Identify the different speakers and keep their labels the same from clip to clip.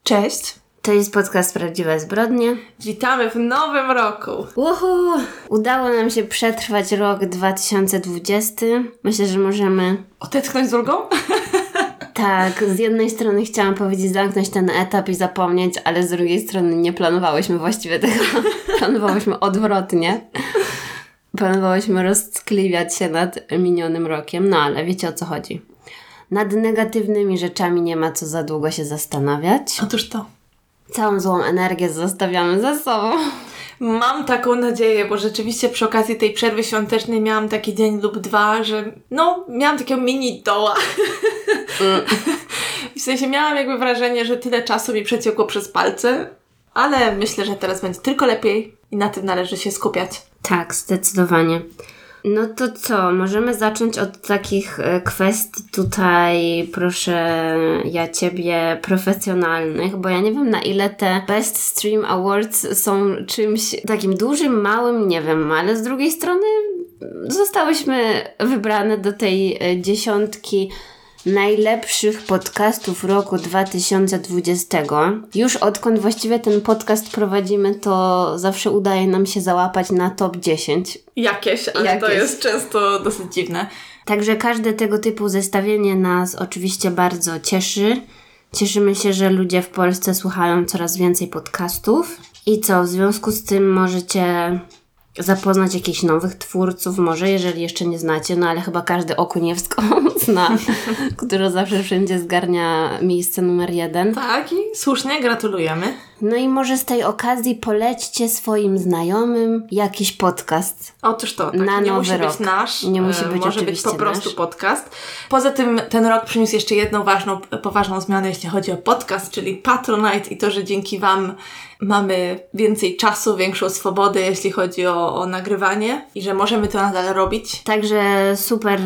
Speaker 1: Cześć.
Speaker 2: To jest podcast Prawdziwe Zbrodnie.
Speaker 1: Witamy w nowym roku.
Speaker 2: Udało nam się przetrwać rok 2020. Myślę, że możemy...
Speaker 1: Odetchnąć z ulgą?
Speaker 2: Tak, z jednej strony chciałam powiedzieć zamknąć ten etap i zapomnieć, ale z drugiej strony nie planowałyśmy właściwie tego. Planowałyśmy odwrotnie. Planowałyśmy rozckliwiać się nad minionym rokiem, no ale wiecie o co chodzi. Nad negatywnymi rzeczami nie ma co za długo się zastanawiać.
Speaker 1: Otóż to.
Speaker 2: Całą złą energię zostawiamy za sobą.
Speaker 1: Mam taką nadzieję, bo rzeczywiście przy okazji tej przerwy świątecznej miałam taki dzień lub dwa, że miałam takiego mini doła. W sensie miałam jakby wrażenie, że tyle czasu mi przeciekło przez palce, ale myślę, że teraz będzie tylko lepiej i na tym należy się skupiać.
Speaker 2: Tak, zdecydowanie. No to co, możemy zacząć od takich kwestii tutaj, proszę ja Ciebie, profesjonalnych, bo ja nie wiem na ile te Best Stream Awards są czymś takim dużym, małym, nie wiem, ale z drugiej strony zostałyśmy wybrane do tej dziesiątki najlepszych podcastów roku 2020. Już odkąd właściwie ten podcast prowadzimy, to zawsze udaje nam się załapać na top 10.
Speaker 1: Ale to jest często dosyć dziwne.
Speaker 2: Także każde tego typu zestawienie nas oczywiście bardzo cieszy. Cieszymy się, że ludzie w Polsce słuchają coraz więcej podcastów. I co, w związku z tym możecie zapoznać jakichś nowych twórców, może jeżeli jeszcze nie znacie, no ale chyba każdy Okuniewską zna, która zawsze wszędzie zgarnia miejsce numer 1.
Speaker 1: Tak, i słusznie, gratulujemy.
Speaker 2: No i może z tej okazji polećcie swoim znajomym jakiś podcast.
Speaker 1: Otóż to, tak,
Speaker 2: na
Speaker 1: nie
Speaker 2: nowy
Speaker 1: musi
Speaker 2: rok.
Speaker 1: być nasz,
Speaker 2: Nie musi być
Speaker 1: może być po prostu podcast. Poza tym ten rok przyniósł jeszcze jedną poważną zmianę, jeśli chodzi o podcast, czyli Patronite i to, że dzięki Wam mamy więcej czasu, większą swobodę, jeśli chodzi o nagrywanie i że możemy to nadal robić.
Speaker 2: Także super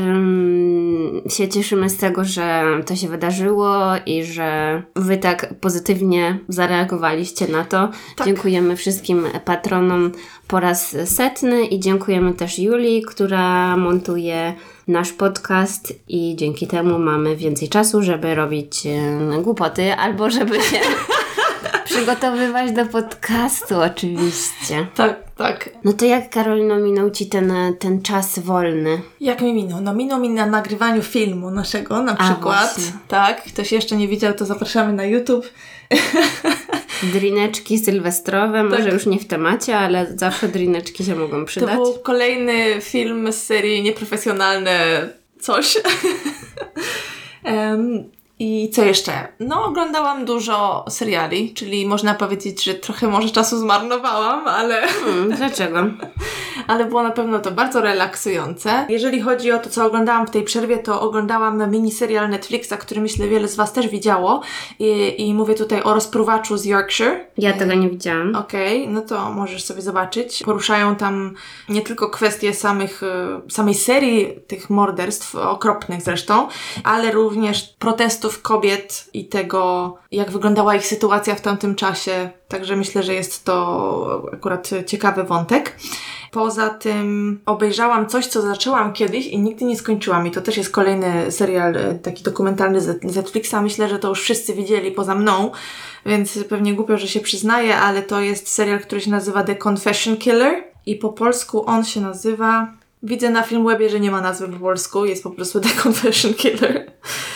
Speaker 2: się cieszymy z tego, że to się wydarzyło i że Wy tak pozytywnie zareagowaliście na to.
Speaker 1: Tak.
Speaker 2: Dziękujemy wszystkim patronom po raz 100 i dziękujemy też Julii, która montuje nasz podcast i dzięki temu mamy więcej czasu, żeby robić głupoty albo żeby się przygotowywać do podcastu oczywiście.
Speaker 1: Tak.
Speaker 2: No to jak, Karolino, minął Ci ten czas wolny?
Speaker 1: Jak mi minął? No minął mi na nagrywaniu filmu naszego na przykład.
Speaker 2: Właśnie.
Speaker 1: Tak, ktoś jeszcze nie widział, to zapraszamy na YouTube.
Speaker 2: Drineczki sylwestrowe, może
Speaker 1: Tak.
Speaker 2: już nie w temacie, ale zawsze drineczki się mogą przydać.
Speaker 1: To był kolejny film z serii Nieprofesjonalne coś. I co jeszcze? No, oglądałam dużo seriali, czyli można powiedzieć, że trochę może czasu zmarnowałam, ale...
Speaker 2: Dlaczego?
Speaker 1: Ale było na pewno to bardzo relaksujące. Jeżeli chodzi o to, co oglądałam w tej przerwie, to oglądałam miniserial Netflixa, który myślę wiele z Was też widziało. I mówię tutaj o Rozpruwaczu z Yorkshire.
Speaker 2: Ja tego nie widziałam.
Speaker 1: Okej, no to możesz sobie zobaczyć. Poruszają tam nie tylko kwestie samej serii tych morderstw, okropnych zresztą, ale również protestów kobiet i tego, jak wyglądała ich sytuacja w tamtym czasie. Także myślę, że jest to akurat ciekawy wątek. Poza tym obejrzałam coś, co zaczęłam kiedyś i nigdy nie skończyłam. I to też jest kolejny serial taki dokumentalny z Netflixa. Myślę, że to już wszyscy widzieli poza mną, więc pewnie głupio, że się przyznaję, ale to jest serial, który się nazywa The Confession Killer i po polsku on się nazywa... Widzę na Filmwebie, że nie ma nazwy po polsku, jest po prostu The Confession Killer.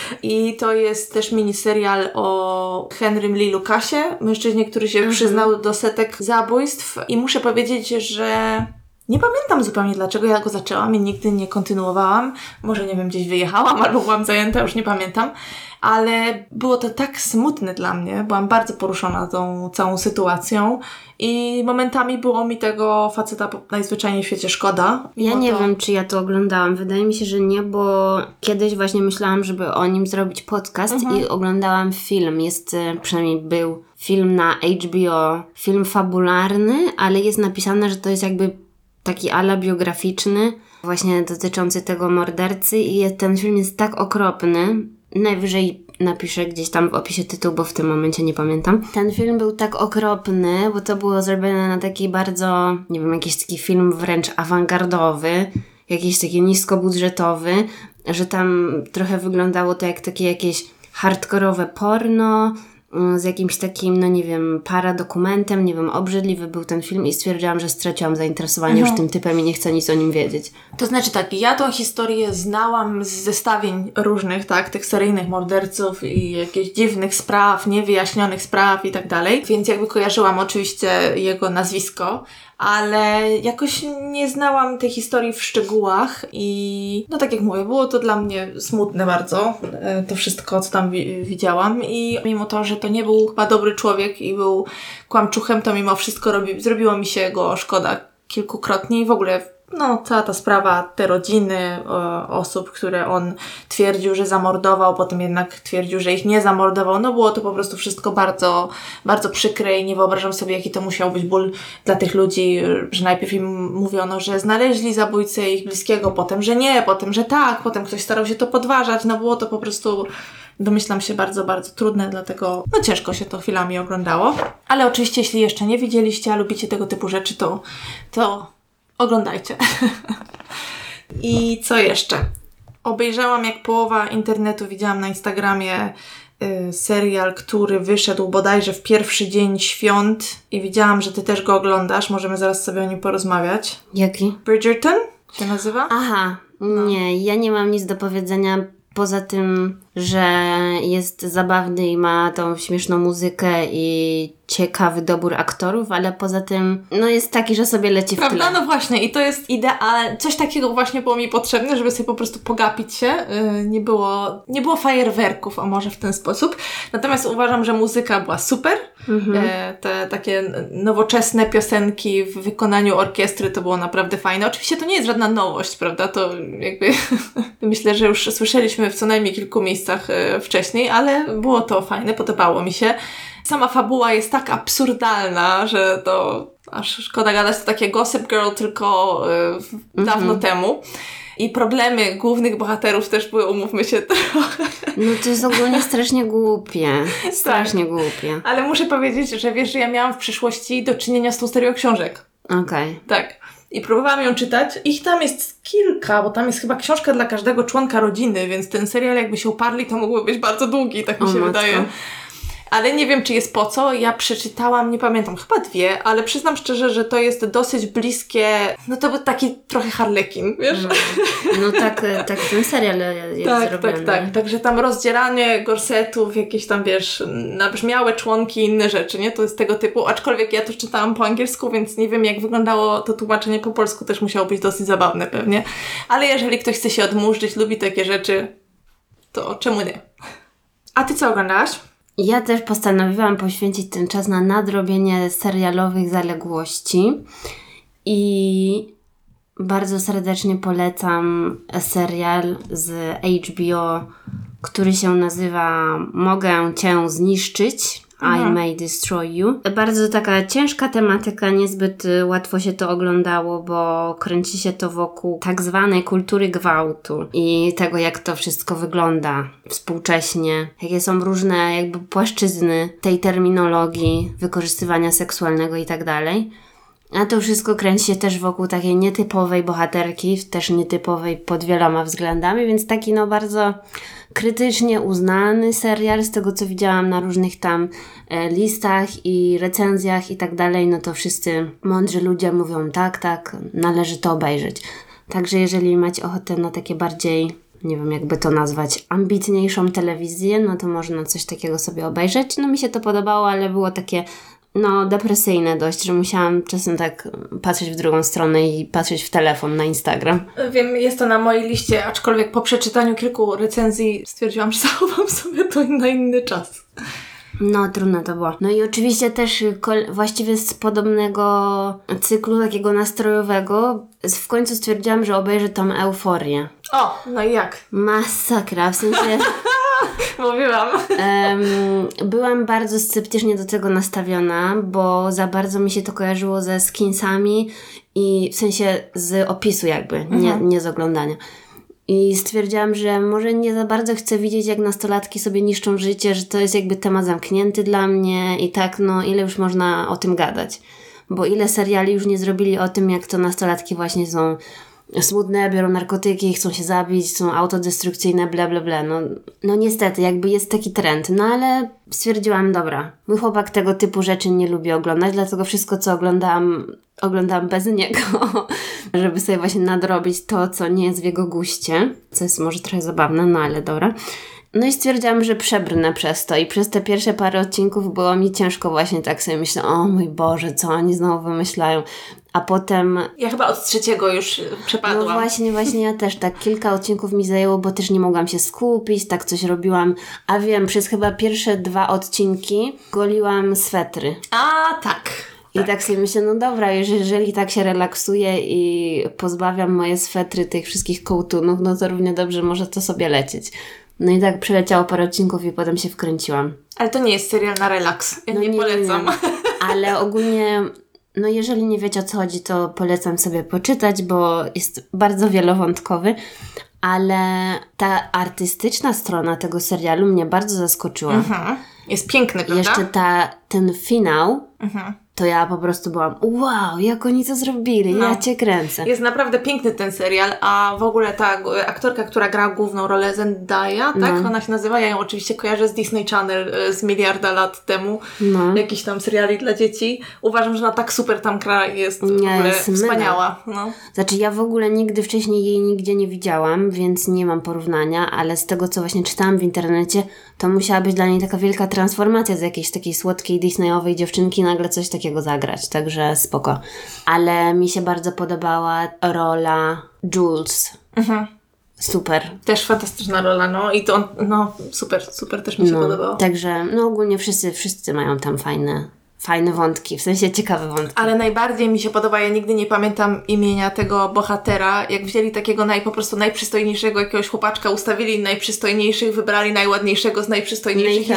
Speaker 1: I to jest też miniserial o Henrym Lee Lucasie, mężczyźnie, który się przyznał do setek zabójstw. I muszę powiedzieć, że nie pamiętam zupełnie, dlaczego ja go zaczęłam i nigdy nie kontynuowałam. Może, nie wiem, gdzieś wyjechałam albo byłam zajęta, już nie pamiętam. Ale było to tak smutne dla mnie. Byłam bardzo poruszona tą całą sytuacją i momentami było mi tego faceta najzwyczajniej w świecie szkoda.
Speaker 2: Ja nie wiem, czy ja to oglądałam. Wydaje mi się, że nie, bo kiedyś właśnie myślałam, żeby o nim zrobić podcast i oglądałam film. Przynajmniej był film na HBO, film fabularny, ale jest napisane, że to jest jakby taki ala biograficzny, właśnie dotyczący tego mordercy i ten film jest tak okropny. Najwyżej napiszę gdzieś tam w opisie tytuł, bo w tym momencie nie pamiętam. Ten film był tak okropny, bo to było zrobione na taki bardzo, nie wiem, jakiś taki film wręcz awangardowy, jakiś taki niskobudżetowy, że tam trochę wyglądało to jak takie jakieś hardkorowe porno, z jakimś takim, no nie wiem, paradokumentem, nie wiem, obrzydliwy był ten film i stwierdziłam, że straciłam zainteresowanie już tym typem i nie chcę nic o nim wiedzieć.
Speaker 1: To znaczy tak, ja tą historię znałam z zestawień różnych, tak, tych seryjnych morderców i jakichś dziwnych spraw, niewyjaśnionych spraw i tak dalej, więc jakby kojarzyłam oczywiście jego nazwisko, ale jakoś nie znałam tej historii w szczegółach i no tak jak mówię, było to dla mnie smutne bardzo, to wszystko, co tam widziałam i mimo to, że to nie był chyba dobry człowiek i był kłamczuchem, to mimo wszystko zrobiło mi się go szkoda kilkukrotnie i w ogóle no, cała ta sprawa, te rodziny osób, które on twierdził, że zamordował, potem jednak twierdził, że ich nie zamordował, no było to po prostu wszystko bardzo, bardzo przykre i nie wyobrażam sobie, jaki to musiał być ból dla tych ludzi, że najpierw im mówiono, że znaleźli zabójcę ich bliskiego, potem, że nie, potem, że tak, potem ktoś starał się to podważać, no było to po prostu, domyślam się, bardzo, bardzo trudne, dlatego no ciężko się to chwilami oglądało, ale oczywiście jeśli jeszcze nie widzieliście, a lubicie tego typu rzeczy, to oglądajcie. I co jeszcze? Obejrzałam, jak połowa internetu, widziałam na Instagramie serial, który wyszedł bodajże w pierwszy dzień świąt i widziałam, że ty też go oglądasz. Możemy zaraz sobie o nim porozmawiać.
Speaker 2: Jaki?
Speaker 1: Bridgerton się nazywa?
Speaker 2: Aha, nie, ja nie mam nic do powiedzenia poza tym, że jest zabawny i ma tą śmieszną muzykę i ciekawy dobór aktorów, ale poza tym, no jest taki, że sobie leci w tle.
Speaker 1: Prawda? No właśnie i to jest idealne. Coś takiego właśnie było mi potrzebne, żeby sobie po prostu pogapić się. Nie było fajerwerków, a może w ten sposób. Natomiast uważam, że muzyka była super. Te takie nowoczesne piosenki w wykonaniu orkiestry to było naprawdę fajne. Oczywiście to nie jest żadna nowość, prawda? To jakby myślę, że już słyszeliśmy w co najmniej kilku miejscach wcześniej, ale było to fajne, podobało mi się. Sama fabuła jest tak absurdalna, że to aż szkoda gadać, to takie Gossip Girl tylko dawno temu. I problemy głównych bohaterów też były, umówmy się, trochę.
Speaker 2: No to jest ogólnie strasznie głupie. Strasznie głupie.
Speaker 1: Ale muszę powiedzieć, że wiesz, że ja miałam w przyszłości do czynienia z tą serią książek.
Speaker 2: Okej.
Speaker 1: Tak. I próbowałam ją czytać. Ich tam jest kilka, bo tam jest chyba książka dla każdego członka rodziny, więc ten serial jakby się uparli, to mógłby być bardzo długi, tak mi się wydaje. Ale nie wiem, czy jest po co. Ja przeczytałam, nie pamiętam, chyba 2, ale przyznam szczerze, że to jest dosyć bliskie, no to był taki trochę harlekin, wiesz?
Speaker 2: No tak ten serial jest zrobiony.
Speaker 1: Tak. Także tam rozdzielanie gorsetów, jakieś tam, wiesz, nabrzmiałe członki i inne rzeczy, nie? To jest tego typu, aczkolwiek ja to czytałam po angielsku, więc nie wiem, jak wyglądało to tłumaczenie po polsku, też musiało być dosyć zabawne pewnie. Ale jeżeli ktoś chce się odmurzyć, lubi takie rzeczy, to czemu nie? A ty co oglądałaś?
Speaker 2: Ja też postanowiłam poświęcić ten czas na nadrobienie serialowych zaległości i bardzo serdecznie polecam serial z HBO, który się nazywa Mogę Cię zniszczyć. I May Destroy You. Bardzo taka ciężka tematyka, niezbyt łatwo się to oglądało, bo kręci się to wokół tak zwanej kultury gwałtu i tego, jak to wszystko wygląda współcześnie, jakie są różne jakby płaszczyzny tej terminologii wykorzystywania seksualnego i tak dalej. A to wszystko kręci się też wokół takiej nietypowej bohaterki, też nietypowej pod wieloma względami, więc taki no bardzo krytycznie uznany serial, z tego co widziałam na różnych tam listach i recenzjach i tak dalej, no to wszyscy mądrzy ludzie mówią tak, należy to obejrzeć. Także jeżeli macie ochotę na takie bardziej, nie wiem jakby to nazwać, ambitniejszą telewizję, no to można coś takiego sobie obejrzeć. No mi się to podobało, ale było takie depresyjne dość, że musiałam czasem tak patrzeć w drugą stronę i patrzeć w telefon na Instagram.
Speaker 1: Wiem, jest to na mojej liście, aczkolwiek po przeczytaniu kilku recenzji stwierdziłam, że zachowam sobie to na inny czas.
Speaker 2: No, trudno to było. No i oczywiście też właściwie z podobnego cyklu, takiego nastrojowego, w końcu stwierdziłam, że obejrzę tą Euforię.
Speaker 1: O, no i jak?
Speaker 2: Masakra, w sensie...
Speaker 1: Mówiłam.
Speaker 2: Byłam bardzo sceptycznie do tego nastawiona, bo za bardzo mi się to kojarzyło ze skinsami i w sensie z opisu jakby, nie z oglądania. I stwierdziłam, że może nie za bardzo chcę widzieć, jak nastolatki sobie niszczą życie, że to jest jakby temat zamknięty dla mnie i tak, no ile już można o tym gadać. Bo ile seriali już nie zrobili o tym, jak to nastolatki właśnie są smutne, biorą narkotyki, chcą się zabić, są autodestrukcyjne, bla bla bla. No niestety, jakby jest taki trend. No ale stwierdziłam, dobra, mój chłopak tego typu rzeczy nie lubi oglądać, dlatego wszystko, co oglądam bez niego, żeby sobie właśnie nadrobić to, co nie jest w jego guście, co jest może trochę zabawne, no ale dobra. No i stwierdziłam, że przebrnę przez to i przez te pierwsze parę odcinków było mi ciężko właśnie tak sobie myślę, o mój Boże, co oni znowu wymyślają. A potem...
Speaker 1: Ja chyba od 3 już przepadłam.
Speaker 2: No właśnie, ja też tak kilka odcinków mi zajęło, bo też nie mogłam się skupić, tak coś robiłam. A wiem, przez chyba pierwsze 2 odcinki goliłam swetry.
Speaker 1: A, tak.
Speaker 2: I tak sobie myślę, no dobra, jeżeli tak się relaksuję i pozbawiam moje swetry tych wszystkich kołtunów, no to równie dobrze może to sobie lecieć. No i tak przeleciało parę odcinków i potem się wkręciłam.
Speaker 1: Ale to nie jest serial na relaks. Ja nie polecam.
Speaker 2: Nie. Ale ogólnie, no jeżeli nie wiecie o co chodzi, to polecam sobie poczytać, bo jest bardzo wielowątkowy. Ale ta artystyczna strona tego serialu mnie bardzo zaskoczyła.
Speaker 1: Jest piękny, prawda?
Speaker 2: Jeszcze ten finał, to ja po prostu byłam, wow, jak oni to zrobili, ja cię kręcę.
Speaker 1: Jest naprawdę piękny ten serial, a w ogóle ta aktorka, która gra główną rolę, Zendaya, tak? Ona się nazywa, ja ją oczywiście kojarzę z Disney Channel z miliarda lat temu, jakiś tam seriali dla dzieci. Uważam, że ona tak super tam gra, jest w ogóle wspaniała. No.
Speaker 2: Znaczy ja w ogóle nigdy wcześniej jej nigdzie nie widziałam, więc nie mam porównania, ale z tego, co właśnie czytałam w internecie, to musiała być dla niej taka wielka transformacja z jakiejś takiej słodkiej Disneyowej dziewczynki nagle coś takiego zagrać, także spoko. Ale mi się bardzo podobała rola Jules. Super.
Speaker 1: Też fantastyczna rola, no i to super też mi się podobało.
Speaker 2: Także, ogólnie wszyscy mają tam fajne wątki, w sensie ciekawe wątki.
Speaker 1: Ale najbardziej mi się podoba, ja nigdy nie pamiętam imienia tego bohatera, jak wzięli takiego po prostu najprzystojniejszego jakiegoś chłopaczka, ustawili najprzystojniejszych, wybrali najładniejszego z najprzystojniejszych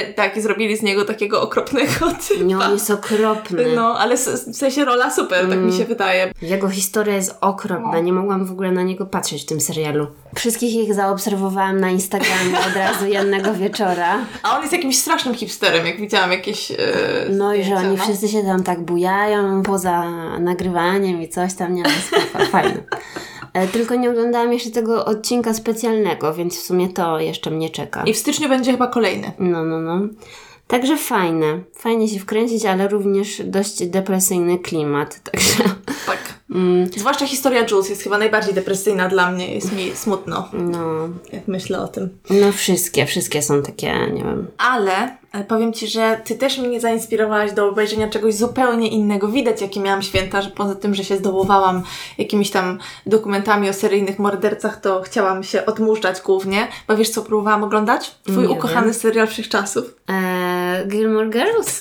Speaker 1: i zrobili z niego takiego okropnego typa.
Speaker 2: Nie, on jest okropny.
Speaker 1: No, ale w sensie rola super, tak mi się wydaje.
Speaker 2: Jego historia jest okropna, nie mogłam w ogóle na niego patrzeć w tym serialu. Wszystkich ich zaobserwowałam na Instagramie od razu jednego wieczora.
Speaker 1: A on jest jakimś strasznym hipsterem, jak widziałam jakieś...
Speaker 2: No i że oni wszyscy się tam tak bujają poza nagrywaniem i coś tam, nie wiem, spoko, fajne. Tylko nie oglądałam jeszcze tego odcinka specjalnego, więc w sumie to jeszcze mnie czeka.
Speaker 1: I w styczniu będzie chyba kolejny.
Speaker 2: No. Także fajnie się wkręcić, ale również dość depresyjny klimat, także...
Speaker 1: Tak. Zwłaszcza historia Jules jest chyba najbardziej depresyjna dla mnie, jest mi smutno.
Speaker 2: No.
Speaker 1: Jak myślę o tym.
Speaker 2: No wszystkie są takie, nie wiem.
Speaker 1: Ale powiem Ci, że Ty też mnie zainspirowałaś do obejrzenia czegoś zupełnie innego. Widać, jakie miałam święta, że poza tym, że się zdołowałam jakimiś tam dokumentami o seryjnych mordercach, to chciałam się odmurzać głównie. Bo wiesz, co próbowałam oglądać? Twój ukochany serial wszechczasów.
Speaker 2: Gilmore Girls?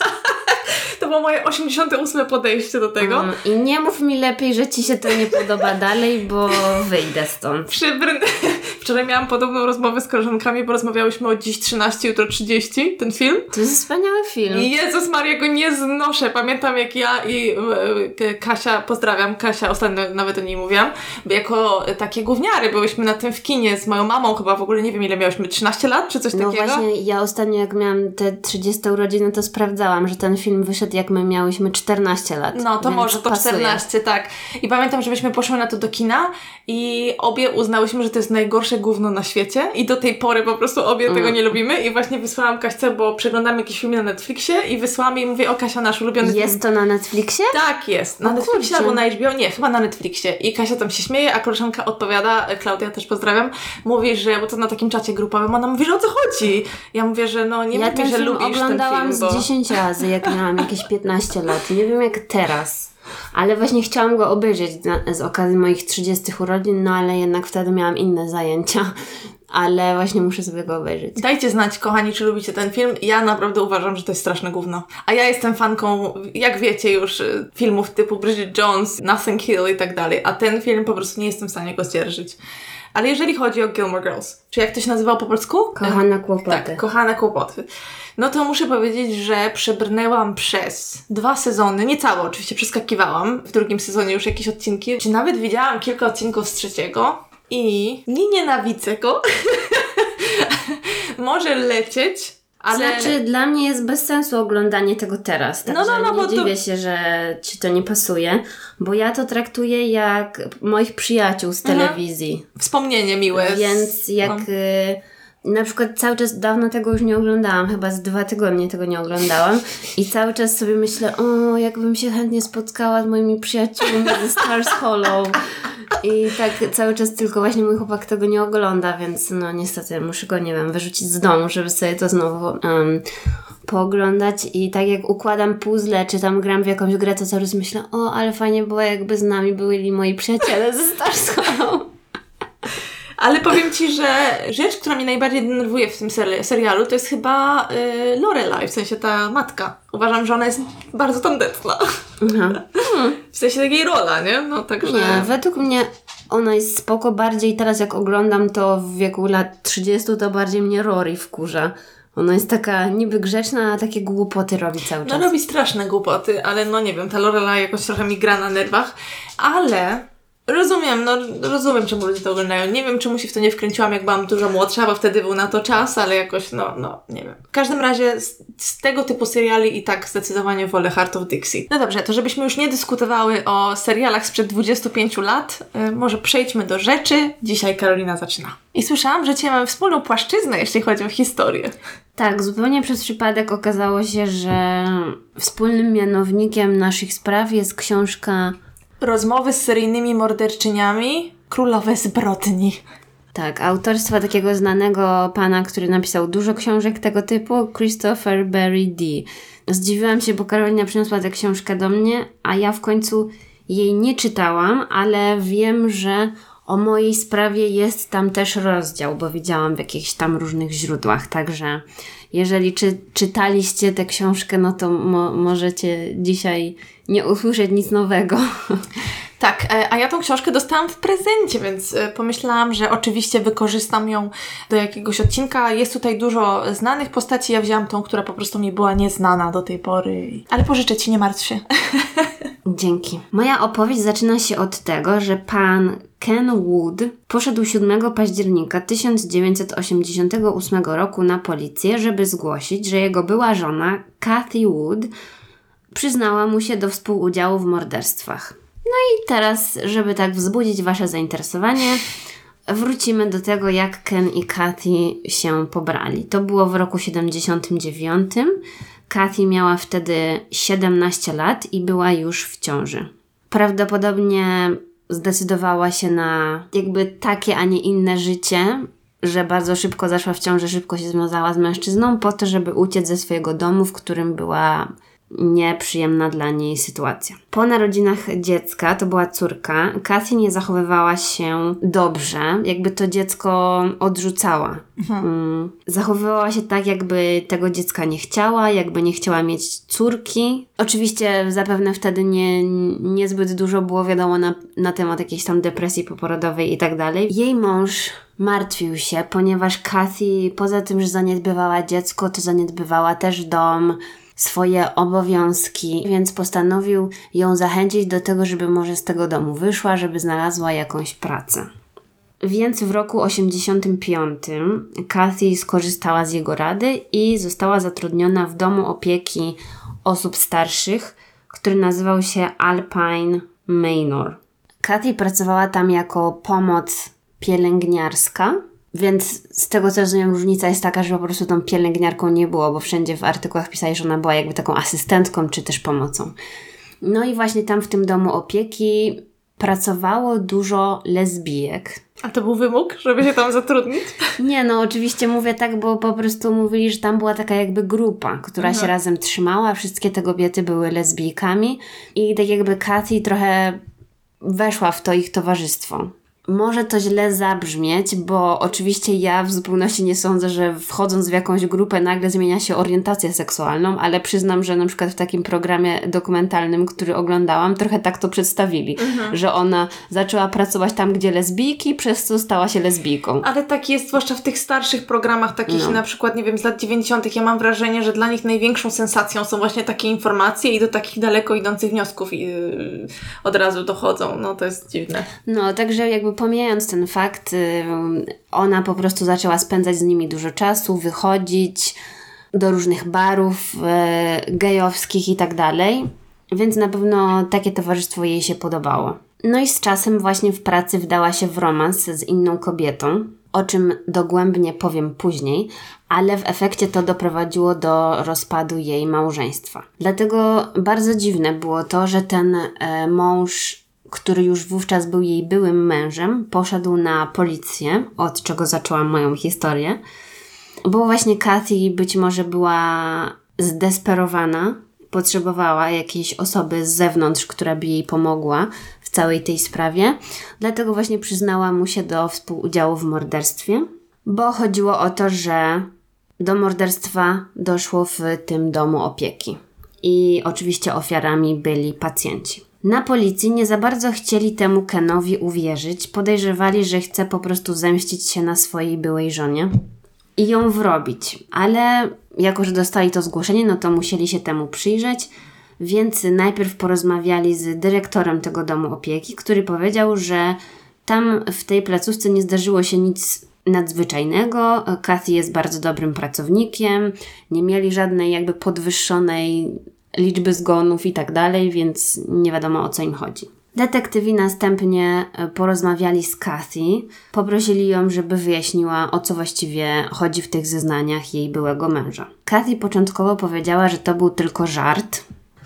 Speaker 1: To było moje 88 podejście do tego.
Speaker 2: I nie mów mi lepiej, że Ci się to nie podoba dalej, bo wyjdę stąd.
Speaker 1: Wczoraj miałam podobną rozmowę z koleżankami, bo rozmawiałyśmy o dziś 13, jutro 30, ten film.
Speaker 2: To jest wspaniały film.
Speaker 1: Jezus Maria, go nie znoszę. Pamiętam, jak ja i Kasia, pozdrawiam Kasia, ostatnio nawet o niej mówiłam, bo jako takie gówniary byłyśmy na tym w kinie z moją mamą, chyba w ogóle nie wiem ile miałyśmy, 13 lat czy coś takiego?
Speaker 2: No właśnie, ja ostatnio jak miałam te 30 urodziny, to sprawdzałam, że ten film wyszedł jak my miałyśmy 14 lat.
Speaker 1: No to może to pasuje. 14, tak. I pamiętam, że myśmy poszły na to do kina i obie uznałyśmy, że to jest najgorsze gówno na świecie i do tej pory po prostu obie tego nie lubimy i właśnie wysłałam Kaśce, bo przeglądamy jakieś filmy na Netflixie i wysłałam jej i mówię, o Kasia, nasz ulubiony film.
Speaker 2: Jest to na Netflixie?
Speaker 1: Tak, jest. Na Netflixie albo na HBO? Nie, chyba na Netflixie. I Kasia tam się śmieje, a koleżanka odpowiada, Klaudia też pozdrawiam, mówi, że, bo to na takim czacie grupowym, ona mówi, że o co chodzi? Ja mówię, że no nie mówię, że lubisz ten film,
Speaker 2: oglądałam
Speaker 1: bo...
Speaker 2: z 10 razy, jak miałam jakieś 15 lat. Nie wiem jak teraz. Ale właśnie chciałam go obejrzeć z okazji moich 30 urodzin, no ale jednak wtedy miałam inne zajęcia. Ale właśnie muszę sobie go obejrzeć.
Speaker 1: Dajcie znać, kochani, czy lubicie ten film. Ja naprawdę uważam, że to jest straszne gówno. A ja jestem fanką, jak wiecie już, filmów typu Bridget Jones, Nothing Hill i tak dalej. A ten film po prostu nie jestem w stanie go zdzierżyć. Ale jeżeli chodzi o Gilmore Girls, czy jak to się nazywało po polsku?
Speaker 2: Kochane kłopoty.
Speaker 1: Tak, Kochane kłopoty. No to muszę powiedzieć, że przebrnęłam przez 2 sezony, nie całe oczywiście, przeskakiwałam. W drugim sezonie już jakieś odcinki, czy nawet widziałam kilka odcinków z 3. I nie nienawidzę go. Może lecieć, Ale...
Speaker 2: Znaczy, dla mnie jest bez sensu oglądanie tego teraz. Także nie dziwię się, że ci to nie pasuje, bo ja to traktuję jak moich przyjaciół z telewizji.
Speaker 1: Wspomnienie miłe.
Speaker 2: Więc jak... Na przykład cały czas, dawno tego już nie oglądałam, chyba z 2 tygodnie tego nie oglądałam i cały czas sobie myślę, jakbym się chętnie spotkała z moimi przyjaciółmi ze Stars Hollow i tak cały czas tylko właśnie mój chłopak tego nie ogląda, więc no niestety muszę go, nie wiem, wyrzucić z domu, żeby sobie to znowu pooglądać i tak jak układam puzzle, czy tam gram w jakąś grę, to cały czas myślę, ale fajnie było jakby z nami byli moi przyjaciele ze Stars Hollow.
Speaker 1: Ale powiem Ci, że rzecz, która mnie najbardziej denerwuje w tym serialu, to jest chyba Lorelai, w sensie ta matka. Uważam, że ona jest bardzo tandetna. W sensie takiej rola, nie? No także...
Speaker 2: Nie, według mnie ona jest spoko bardziej. Teraz jak oglądam to w wieku lat 30, to bardziej mnie Rory wkurza. Ona jest taka niby grzeczna, a takie głupoty robi cały czas.
Speaker 1: No robi straszne głupoty, ale no nie wiem, ta Lorelai jakoś trochę mi gra na nerwach, ale... Rozumiem, czemu ludzie to oglądają. Nie wiem, czemu się w to nie wkręciłam, jak byłam dużo młodsza, bo wtedy był na to czas, ale jakoś, nie wiem. W każdym razie z tego typu seriali i tak zdecydowanie wolę Heart of Dixie. No dobrze, to żebyśmy już nie dyskutowały o serialach sprzed 25 lat, może przejdźmy do rzeczy. Dzisiaj Karolina zaczyna. I słyszałam, że dzisiaj mamy wspólną płaszczyznę, jeśli chodzi o historię.
Speaker 2: Tak, zupełnie przez przypadek okazało się, że wspólnym mianownikiem naszych spraw jest książka
Speaker 1: Rozmowy z seryjnymi morderczyniami, królowe zbrodni.
Speaker 2: Tak, autorstwa takiego znanego pana, który napisał dużo książek tego typu, Christopher Berry Dee. Zdziwiłam się, bo Karolina przyniosła tę książkę do mnie, a ja w końcu jej nie czytałam, ale wiem, że o mojej sprawie jest tam też rozdział, bo widziałam w jakichś tam różnych źródłach, także jeżeli czytaliście tę książkę, no to możecie dzisiaj nie usłyszeć nic nowego.
Speaker 1: Tak, a ja tą książkę dostałam w prezencie, więc pomyślałam, że oczywiście wykorzystam ją do jakiegoś odcinka. Jest tutaj dużo znanych postaci, ja wzięłam tą, która po prostu mi była nieznana do tej pory. Ale pożyczę Ci, nie martw się.
Speaker 2: Dzięki. Moja opowieść zaczyna się od tego, że pan Ken Wood poszedł 7 października 1988 roku na policję, żeby zgłosić, że jego była żona, Kathy Wood, przyznała mu się do współudziału w morderstwach. No i teraz, żeby tak wzbudzić Wasze zainteresowanie, wrócimy do tego, jak Ken i Kathy się pobrali. To było w roku 79. Kathy miała wtedy 17 lat i była już w ciąży. Prawdopodobnie zdecydowała się na jakby takie, a nie inne życie, że bardzo szybko zaszła w ciąży, szybko się związała z mężczyzną po to, żeby uciec ze swojego domu, w którym była nieprzyjemna dla niej sytuacja. Po narodzinach dziecka, to była córka, Kathy nie zachowywała się dobrze, jakby to dziecko odrzucała. Zachowywała się tak, jakby tego dziecka nie chciała, jakby nie chciała mieć córki. Oczywiście zapewne wtedy niezbyt dużo było wiadomo na temat jakiejś tam depresji poporodowej i tak dalej. Jej mąż martwił się, ponieważ Kathy poza tym, że zaniedbywała dziecko, to zaniedbywała też dom, swoje obowiązki, więc postanowił ją zachęcić do tego, żeby może z tego domu wyszła, żeby znalazła jakąś pracę. Więc w roku 85 Kathy skorzystała z jego rady i została zatrudniona w domu opieki osób starszych, który nazywał się Alpine Manor. Kathy pracowała tam jako pomoc pielęgniarska, więc z tego co rozumiem, różnica jest taka, że po prostu tą pielęgniarką nie było, bo wszędzie w artykułach pisali, że ona była jakby taką asystentką czy też pomocą. No i właśnie tam w tym domu opieki pracowało dużo lesbijek.
Speaker 1: A to był wymóg, żeby się tam zatrudnić?
Speaker 2: Nie, no oczywiście mówię tak, bo po prostu mówili, że tam była taka jakby grupa, która się razem trzymała, wszystkie te kobiety były lesbijkami i tak jakby Kathy trochę weszła w to ich towarzystwo. Może to źle zabrzmieć, bo oczywiście ja w zupełności nie sądzę, że wchodząc w jakąś grupę nagle zmienia się orientację seksualną, ale przyznam, że na przykład w takim programie dokumentalnym, który oglądałam, trochę tak to przedstawili, że ona zaczęła pracować tam, gdzie lesbijki, przez co stała się lesbijką.
Speaker 1: Ale tak jest, zwłaszcza w tych starszych programach, takich na przykład, nie wiem, z lat 90. Ja mam wrażenie, że dla nich największą sensacją są właśnie takie informacje i do takich daleko idących wniosków od razu dochodzą. No to jest dziwne.
Speaker 2: No, także jakby pomijając ten fakt, ona po prostu zaczęła spędzać z nimi dużo czasu, wychodzić, do różnych barów gejowskich i tak dalej, więc na pewno takie towarzystwo jej się podobało. No i z czasem właśnie w pracy wdała się w romans z inną kobietą, o czym dogłębnie powiem później, ale w efekcie to doprowadziło do rozpadu jej małżeństwa. Dlatego bardzo dziwne było to, że ten mąż, który już wówczas był jej byłym mężem, poszedł na policję, od czego zaczęłam moją historię, bo właśnie Kathy być może była zdesperowana, potrzebowała jakiejś osoby z zewnątrz, która by jej pomogła w całej tej sprawie. Dlatego właśnie przyznała mu się do współudziału w morderstwie, bo chodziło o to, że do morderstwa doszło w tym domu opieki. I oczywiście ofiarami byli pacjenci. Na policji nie za bardzo chcieli temu Kenowi uwierzyć. Podejrzewali, że chce po prostu zemścić się na swojej byłej żonie i ją wrobić. Ale jako że dostali to zgłoszenie, no to musieli się temu przyjrzeć, więc najpierw porozmawiali z dyrektorem tego domu opieki, który powiedział, że tam w tej placówce nie zdarzyło się nic nadzwyczajnego. Kathy jest bardzo dobrym pracownikiem, nie mieli żadnej jakby podwyższonej liczby zgonów i tak dalej, więc nie wiadomo, o co im chodzi. Detektywi następnie porozmawiali z Kathy, poprosili ją, żeby wyjaśniła, o co właściwie chodzi w tych zeznaniach jej byłego męża. Kathy początkowo powiedziała, że to był tylko żart,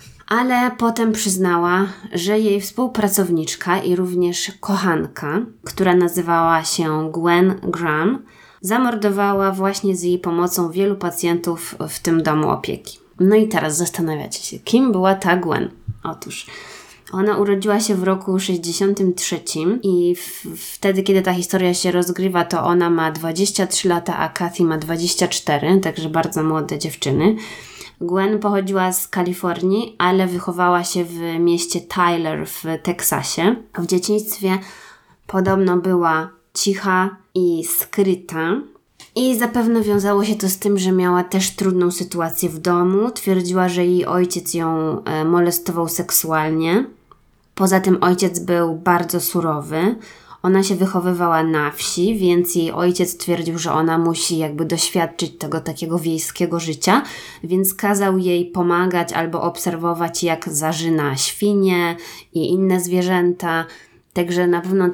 Speaker 2: ale potem przyznała, że jej współpracowniczka i również kochanka, która nazywała się Gwen Graham, zamordowała właśnie z jej pomocą wielu pacjentów w tym domu opieki. No i teraz zastanawiacie się, kim była ta Gwen? Otóż ona urodziła się w roku 63 i wtedy, kiedy ta historia się rozgrywa, to ona ma 23 lata, a Kathy ma 24, także bardzo młode dziewczyny. Gwen pochodziła z Kalifornii, ale wychowała się w mieście Tyler w Teksasie. W dzieciństwie podobno była cicha i skryta. I zapewne wiązało się to z tym, że miała też trudną sytuację w domu. Twierdziła, że jej ojciec ją molestował seksualnie. Poza tym ojciec był bardzo surowy. Ona się wychowywała na wsi, więc jej ojciec twierdził, że ona musi jakby doświadczyć tego takiego wiejskiego życia, więc kazał jej pomagać albo obserwować, jak zarzyna świnie i inne zwierzęta. Także na pewno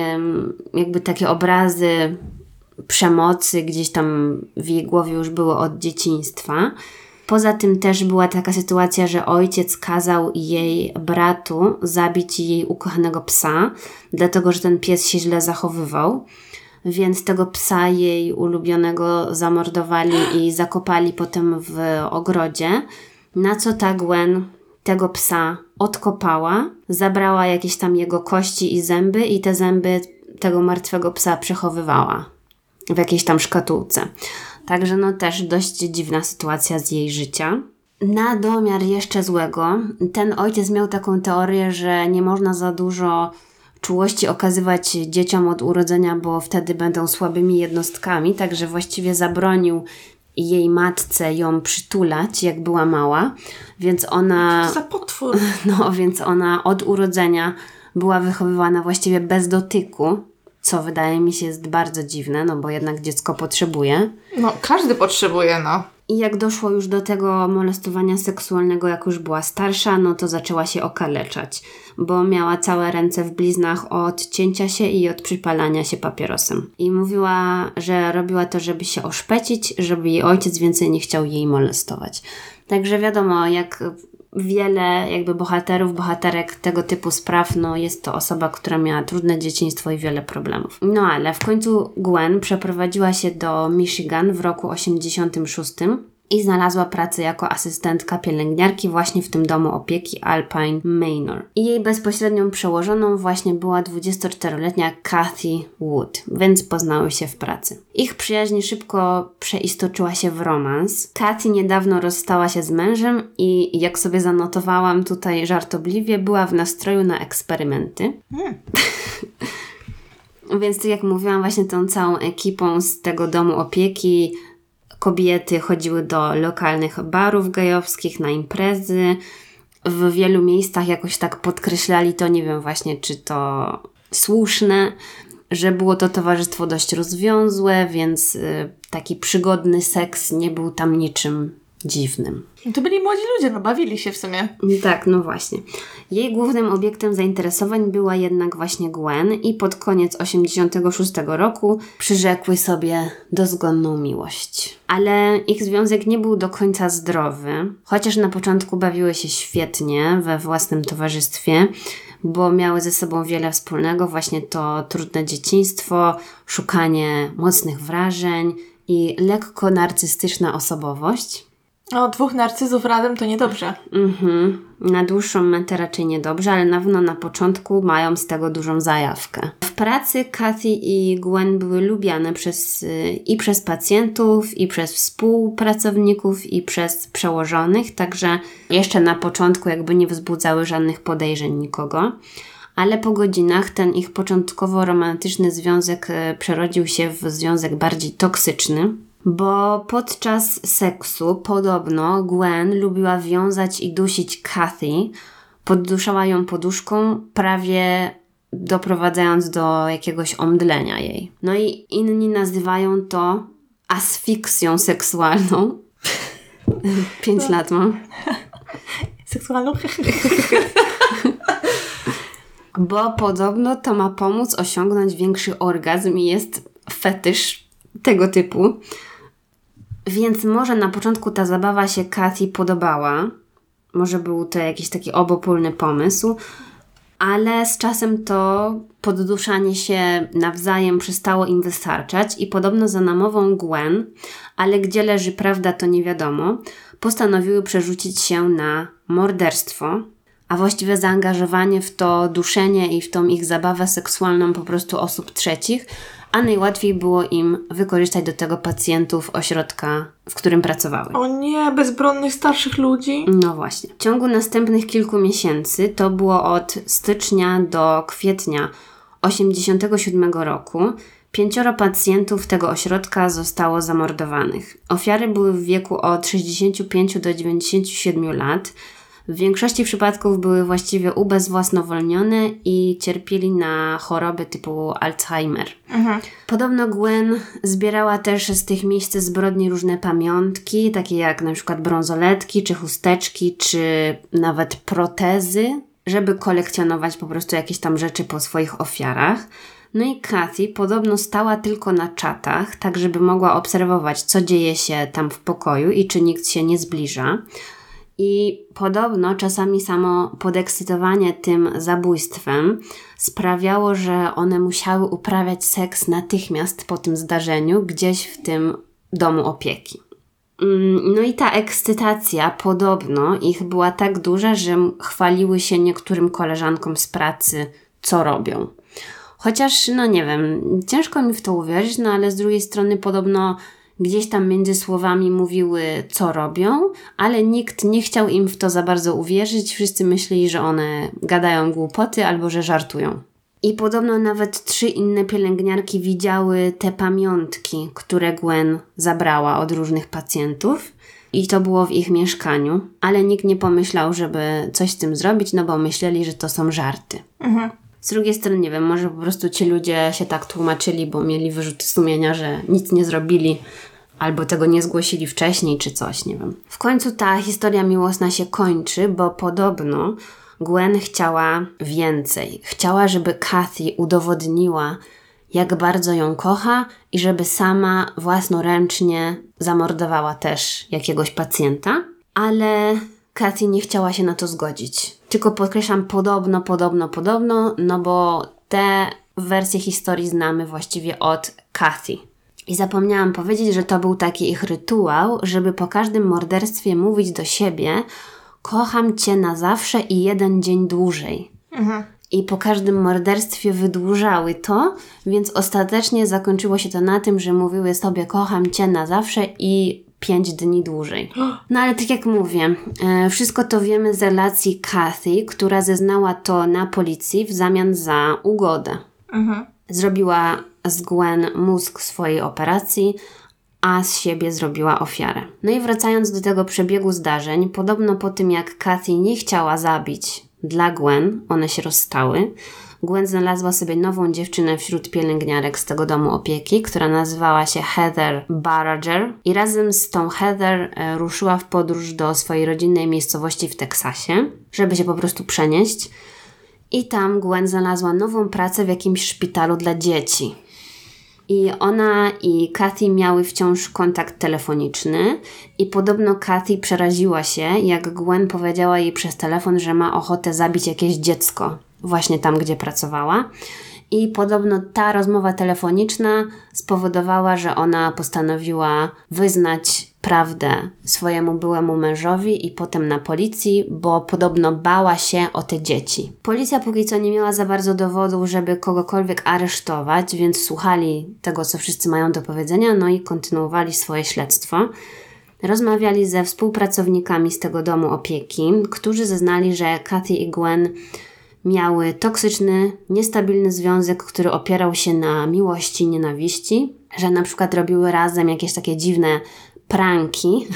Speaker 2: takie obrazy przemocy gdzieś tam w jej głowie już były od dzieciństwa. Poza tym też była taka sytuacja, że ojciec kazał jej bratu zabić jej ukochanego psa, dlatego że ten pies się źle zachowywał, więc tego psa jej ulubionego zamordowali i zakopali potem w ogrodzie, na co ta Gwen tego psa odkopała, zabrała jakieś tam jego kości i zęby i te zęby tego martwego psa przechowywała w jakiejś tam szkatułce. Także też dość dziwna sytuacja z jej życia. Na domiar jeszcze złego, ten ojciec miał taką teorię, że nie można za dużo czułości okazywać dzieciom od urodzenia, bo wtedy będą słabymi jednostkami, także właściwie zabronił jej matce ją przytulać, jak była mała, więc ona...
Speaker 1: Co za potwór!
Speaker 2: Więc ona od urodzenia była wychowywana właściwie bez dotyku, co wydaje mi się jest bardzo dziwne, bo jednak dziecko potrzebuje.
Speaker 1: Każdy potrzebuje,
Speaker 2: I jak doszło już do tego molestowania seksualnego, jak już była starsza, to zaczęła się okaleczać, bo miała całe ręce w bliznach od cięcia się i od przypalania się papierosem. I mówiła, że robiła to, żeby się oszpecić, żeby jej ojciec więcej nie chciał jej molestować. Także wiadomo, jak wiele bohaterek tego typu spraw, jest to osoba, która miała trudne dzieciństwo i wiele problemów. Ale w końcu Gwen przeprowadziła się do Michigan w roku 86 i znalazła pracę jako asystentka pielęgniarki właśnie w tym domu opieki Alpine Manor. I jej bezpośrednią przełożoną właśnie była 24-letnia Kathy Wood, więc poznały się w pracy. Ich przyjaźń szybko przeistoczyła się w romans. Kathy niedawno rozstała się z mężem i jak sobie zanotowałam tutaj żartobliwie, była w nastroju na eksperymenty. Więc jak mówiłam, właśnie tą całą ekipą z tego domu opieki kobiety chodziły do lokalnych barów gejowskich, na imprezy. W wielu miejscach jakoś tak podkreślali to, nie wiem właśnie, czy to słuszne, że było to towarzystwo dość rozwiązłe, więc taki przygodny seks nie był tam niczym dziwnym.
Speaker 1: To byli młodzi ludzie, bawili się w sumie.
Speaker 2: Tak, no właśnie. Jej głównym obiektem zainteresowań była jednak właśnie Gwen i pod koniec 86 roku przyrzekły sobie dozgonną miłość. Ale ich związek nie był do końca zdrowy, chociaż na początku bawiły się świetnie we własnym towarzystwie, bo miały ze sobą wiele wspólnego, właśnie to trudne dzieciństwo, szukanie mocnych wrażeń i lekko narcystyczna osobowość.
Speaker 1: O, 2 narcyzów razem to niedobrze.
Speaker 2: Na dłuższą metę raczej niedobrze, ale na pewno na początku mają z tego dużą zajawkę. W pracy Kathy i Gwen były lubiane przez pacjentów, i przez współpracowników, i przez przełożonych, także jeszcze na początku jakby nie wzbudzały żadnych podejrzeń nikogo. Ale po godzinach ten ich początkowo romantyczny związek przerodził się w związek bardziej toksyczny, bo podczas seksu podobno Gwen lubiła wiązać i dusić Kathy, podduszała ją poduszką, prawie doprowadzając do jakiegoś omdlenia jej. No i inni nazywają to asfiksją seksualną. 5 lat mam.
Speaker 1: Seksualną?
Speaker 2: Bo podobno to ma pomóc osiągnąć większy orgazm i jest fetysz tego typu. Więc może na początku ta zabawa się Kathy podobała. Może był to jakiś taki obopólny pomysł. Ale z czasem to podduszanie się nawzajem przestało im wystarczać i podobno za namową Gwen, ale gdzie leży prawda to nie wiadomo, postanowiły przerzucić się na morderstwo, a właściwie zaangażowanie w to duszenie i w tą ich zabawę seksualną po prostu osób trzecich, a najłatwiej było im wykorzystać do tego pacjentów ośrodka, w którym pracowały.
Speaker 1: O nie, bezbronnych starszych ludzi.
Speaker 2: No właśnie. W ciągu następnych kilku miesięcy, to było od stycznia do kwietnia 1987 roku, 5 pacjentów tego ośrodka zostało zamordowanych. Ofiary były w wieku od 65 do 97 lat. W większości przypadków były właściwie ubezwłasnowolnione i cierpieli na choroby typu Alzheimer. Podobno Gwen zbierała też z tych miejsc zbrodni różne pamiątki, takie jak na przykład brązoletki, czy chusteczki, czy nawet protezy, żeby kolekcjonować po prostu jakieś tam rzeczy po swoich ofiarach. No i Kathy podobno stała tylko na czatach, tak żeby mogła obserwować, co dzieje się tam w pokoju i czy nikt się nie zbliża. I podobno czasami samo podekscytowanie tym zabójstwem sprawiało, że one musiały uprawiać seks natychmiast po tym zdarzeniu gdzieś w tym domu opieki. No i ta ekscytacja podobno ich była tak duża, że chwaliły się niektórym koleżankom z pracy, co robią. Chociaż, no nie wiem, ciężko mi w to uwierzyć, no ale z drugiej strony podobno gdzieś tam między słowami mówiły, co robią, ale nikt nie chciał im w to za bardzo uwierzyć. Wszyscy myśleli, że one gadają głupoty albo że żartują. I podobno nawet 3 inne pielęgniarki widziały te pamiątki, które Gwen zabrała od różnych pacjentów. I to było w ich mieszkaniu, ale nikt nie pomyślał, żeby coś z tym zrobić, no bo myśleli, że to są żarty. Z drugiej strony, nie wiem, może po prostu ci ludzie się tak tłumaczyli, bo mieli wyrzuty sumienia, że nic nie zrobili, albo tego nie zgłosili wcześniej, czy coś, nie wiem. W końcu ta historia miłosna się kończy, bo podobno Gwen chciała więcej. Chciała, żeby Kathy udowodniła, jak bardzo ją kocha i żeby sama własnoręcznie zamordowała też jakiegoś pacjenta, ale Kathy nie chciała się na to zgodzić. Tylko podkreślam podobno, no bo te wersje historii znamy właściwie od Kathy. I zapomniałam powiedzieć, że to był taki ich rytuał, żeby po każdym morderstwie mówić do siebie: kocham cię na zawsze i 1 dzień dłużej. I po każdym morderstwie wydłużały to, więc ostatecznie zakończyło się to na tym, że mówiły sobie: kocham cię na zawsze i 5 dni dłużej. No ale tak jak mówię, wszystko to wiemy z relacji Kathy, która zeznała to na policji w zamian za ugodę. Zrobiła z Gwen mózg swojej operacji, a z siebie zrobiła ofiarę. No i wracając do tego przebiegu zdarzeń, podobno po tym jak Kathy nie chciała zabić dla Gwen, one się rozstały, Gwen znalazła sobie nową dziewczynę wśród pielęgniarek z tego domu opieki, która nazywała się Heather Barrager i razem z tą Heather ruszyła w podróż do swojej rodzinnej miejscowości w Teksasie, żeby się po prostu przenieść. I tam Gwen znalazła nową pracę w jakimś szpitalu dla dzieci. I ona i Kathy miały wciąż kontakt telefoniczny i podobno Kathy przeraziła się, jak Gwen powiedziała jej przez telefon, że ma ochotę zabić jakieś dziecko właśnie tam, gdzie pracowała. I podobno ta rozmowa telefoniczna spowodowała, że ona postanowiła wyznać prawdę swojemu byłemu mężowi i potem na policji, bo podobno bała się o te dzieci. Policja póki co nie miała za bardzo dowodów, żeby kogokolwiek aresztować, więc słuchali tego, co wszyscy mają do powiedzenia, no i kontynuowali swoje śledztwo. Rozmawiali ze współpracownikami z tego domu opieki, którzy zeznali, że Kathy i Gwen miały toksyczny, niestabilny związek, który opierał się na miłości i nienawiści, że na przykład robiły razem jakieś takie dziwne pranki.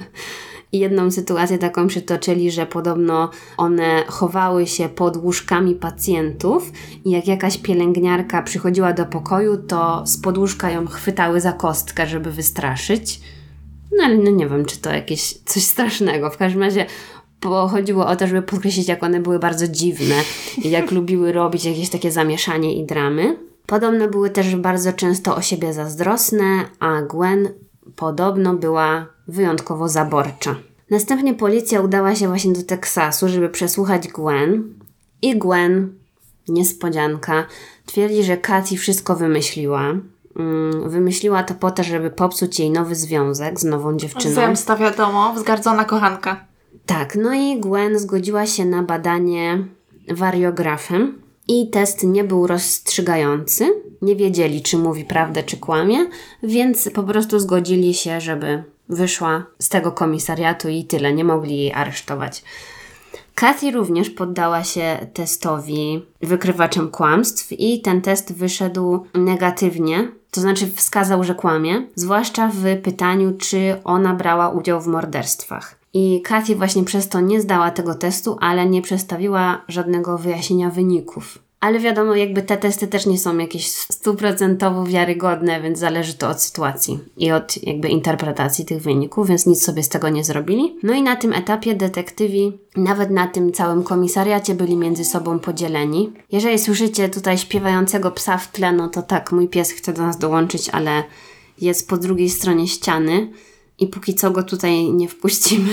Speaker 2: I jedną sytuację taką przytoczyli, że podobno one chowały się pod łóżkami pacjentów i jak jakaś pielęgniarka przychodziła do pokoju, to spod łóżka ją chwytały za kostkę, żeby wystraszyć. No ale nie wiem, czy to jakieś coś strasznego. W każdym razie chodziło o to, żeby podkreślić, jak one były bardzo dziwne i jak lubiły robić jakieś takie zamieszanie i dramy. Podobno były też bardzo często o siebie zazdrosne, a Gwen podobno była wyjątkowo zaborcza. Następnie policja udała się właśnie do Teksasu, żeby przesłuchać Gwen. I Gwen, niespodzianka, twierdzi, że Kathy wszystko wymyśliła. Wymyśliła to po to, żeby popsuć jej nowy związek z nową dziewczyną.
Speaker 1: Zemsta, wiadomo, wzgardzona kochanka.
Speaker 2: Tak, no i Gwen zgodziła się na badanie wariografem i test nie był rozstrzygający. Nie wiedzieli, czy mówi prawdę, czy kłamie, więc po prostu zgodzili się, żeby wyszła z tego komisariatu i tyle. Nie mogli jej aresztować. Kathy również poddała się testowi wykrywaczem kłamstw i ten test wyszedł negatywnie, to znaczy wskazał, że kłamie, zwłaszcza w pytaniu, czy ona brała udział w morderstwach. I Kathy właśnie przez to nie zdała tego testu, ale nie przedstawiła żadnego wyjaśnienia wyników. Ale wiadomo, jakby te testy też nie są jakieś 100% wiarygodne, więc zależy to od sytuacji i od jakby interpretacji tych wyników, więc nic sobie z tego nie zrobili. No i na tym etapie detektywi, nawet na tym całym komisariacie, byli między sobą podzieleni. Jeżeli słyszycie tutaj śpiewającego psa w tle, no to tak, mój pies chce do nas dołączyć, ale jest po drugiej stronie ściany i póki co go tutaj nie wpuścimy.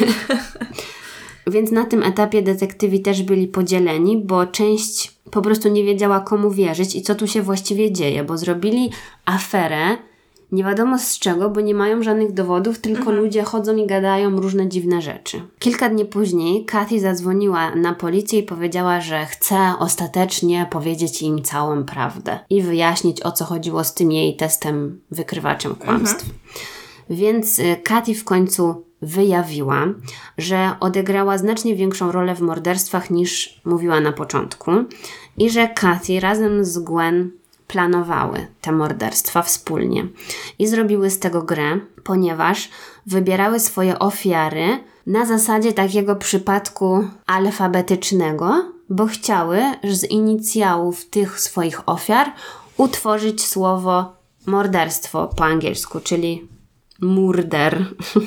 Speaker 2: Więc na tym etapie detektywi też byli podzieleni, bo część po prostu nie wiedziała, komu wierzyć i co tu się właściwie dzieje, bo zrobili aferę nie wiadomo z czego, bo nie mają żadnych dowodów, tylko ludzie chodzą i gadają różne dziwne rzeczy. Kilka dni później Kathy zadzwoniła na policję i powiedziała, że chce ostatecznie powiedzieć im całą prawdę i wyjaśnić, o co chodziło z tym jej testem wykrywaczem kłamstw. Więc Kathy w końcu wyjawiła, że odegrała znacznie większą rolę w morderstwach niż mówiła na początku i że Kathy razem z Gwen planowały te morderstwa wspólnie i zrobiły z tego grę, ponieważ wybierały swoje ofiary na zasadzie takiego przypadku alfabetycznego, bo chciały z inicjałów tych swoich ofiar utworzyć słowo morderstwo po angielsku, czyli murder.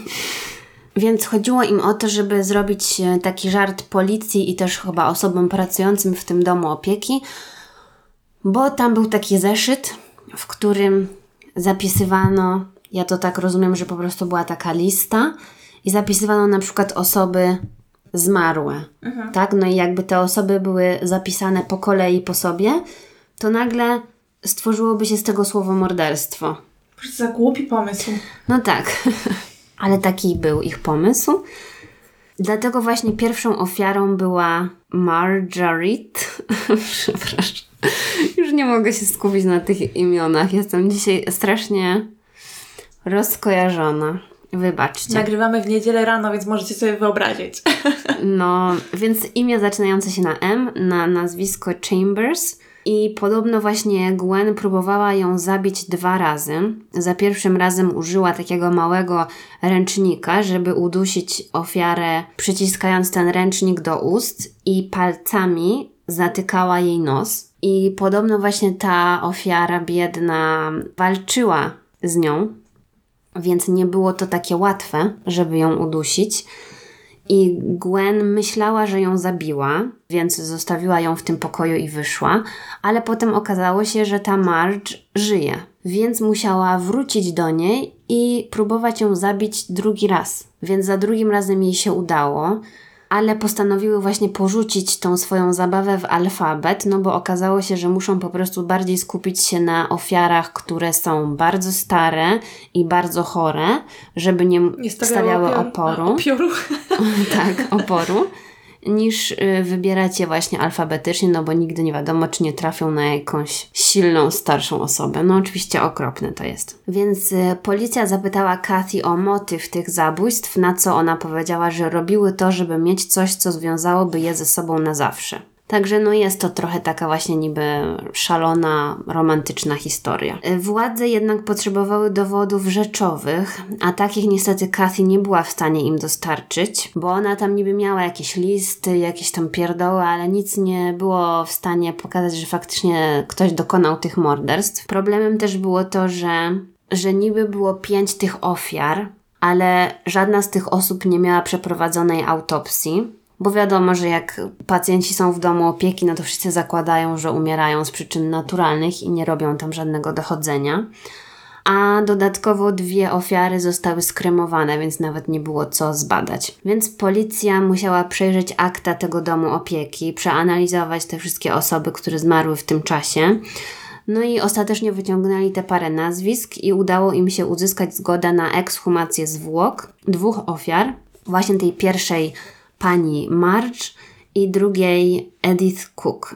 Speaker 2: Więc chodziło im o to, żeby zrobić taki żart policji i też chyba osobom pracującym w tym domu opieki, bo tam był taki zeszyt, w którym zapisywano, ja to tak rozumiem, że po prostu była taka lista i zapisywano na przykład osoby zmarłe, tak? No i jakby te osoby były zapisane po kolei po sobie, to nagle stworzyłoby się z tego słowo morderstwo.
Speaker 1: Proszę, za głupi pomysł.
Speaker 2: No tak, ale taki był ich pomysł. Dlatego właśnie pierwszą ofiarą była Margaret. Przepraszam. Już nie mogę się skupić na tych imionach. Jestem dzisiaj strasznie rozkojarzona. Wybaczcie.
Speaker 1: Nagrywamy w niedzielę rano, więc możecie sobie wyobrazić.
Speaker 2: No, więc imię zaczynające się na M, na nazwisko Chambers. I podobno właśnie Gwen próbowała ją zabić 2 razy. Za pierwszym razem użyła takiego małego ręcznika, żeby udusić ofiarę, przyciskając ten ręcznik do ust i palcami zatykała jej nos. I podobno właśnie ta ofiara biedna walczyła z nią, więc nie było to takie łatwe, żeby ją udusić. I Gwen myślała, że ją zabiła, więc zostawiła ją w tym pokoju i wyszła, ale potem okazało się, że ta Marge żyje, więc musiała wrócić do niej i próbować ją zabić drugi raz. Więc za drugim razem jej się udało, ale postanowiły właśnie porzucić tą swoją zabawę w alfabet, no bo okazało się, że muszą po prostu bardziej skupić się na ofiarach, które są bardzo stare i bardzo chore, żeby nie stawiały oporu. Tak, oporu. Niż wybierać je właśnie alfabetycznie, no bo nigdy nie wiadomo, czy nie trafią na jakąś silną, starszą osobę. No oczywiście okropne to jest. Więc policja zapytała Kathy o motyw tych zabójstw, na co ona powiedziała, że robiły to, żeby mieć coś, co związałoby je ze sobą na zawsze. Także no jest to trochę taka właśnie niby szalona, romantyczna historia. Władze jednak potrzebowały dowodów rzeczowych, a takich niestety Kathy nie była w stanie im dostarczyć, bo ona tam niby miała jakieś listy, jakieś tam pierdoły, ale nic nie było w stanie pokazać, że faktycznie ktoś dokonał tych morderstw. Problemem też było to, że niby było 5 tych ofiar, ale żadna z tych osób nie miała przeprowadzonej autopsji. Bo wiadomo, że jak pacjenci są w domu opieki, no to wszyscy zakładają, że umierają z przyczyn naturalnych i nie robią tam żadnego dochodzenia. A dodatkowo 2 ofiary zostały skremowane, więc nawet nie było co zbadać. Więc policja musiała przejrzeć akta tego domu opieki, przeanalizować te wszystkie osoby, które zmarły w tym czasie. No i ostatecznie wyciągnęli te parę nazwisk i udało im się uzyskać zgodę na ekshumację zwłok 2 ofiar. Właśnie tej pierwszej pani Marge i drugiej Edith Cook.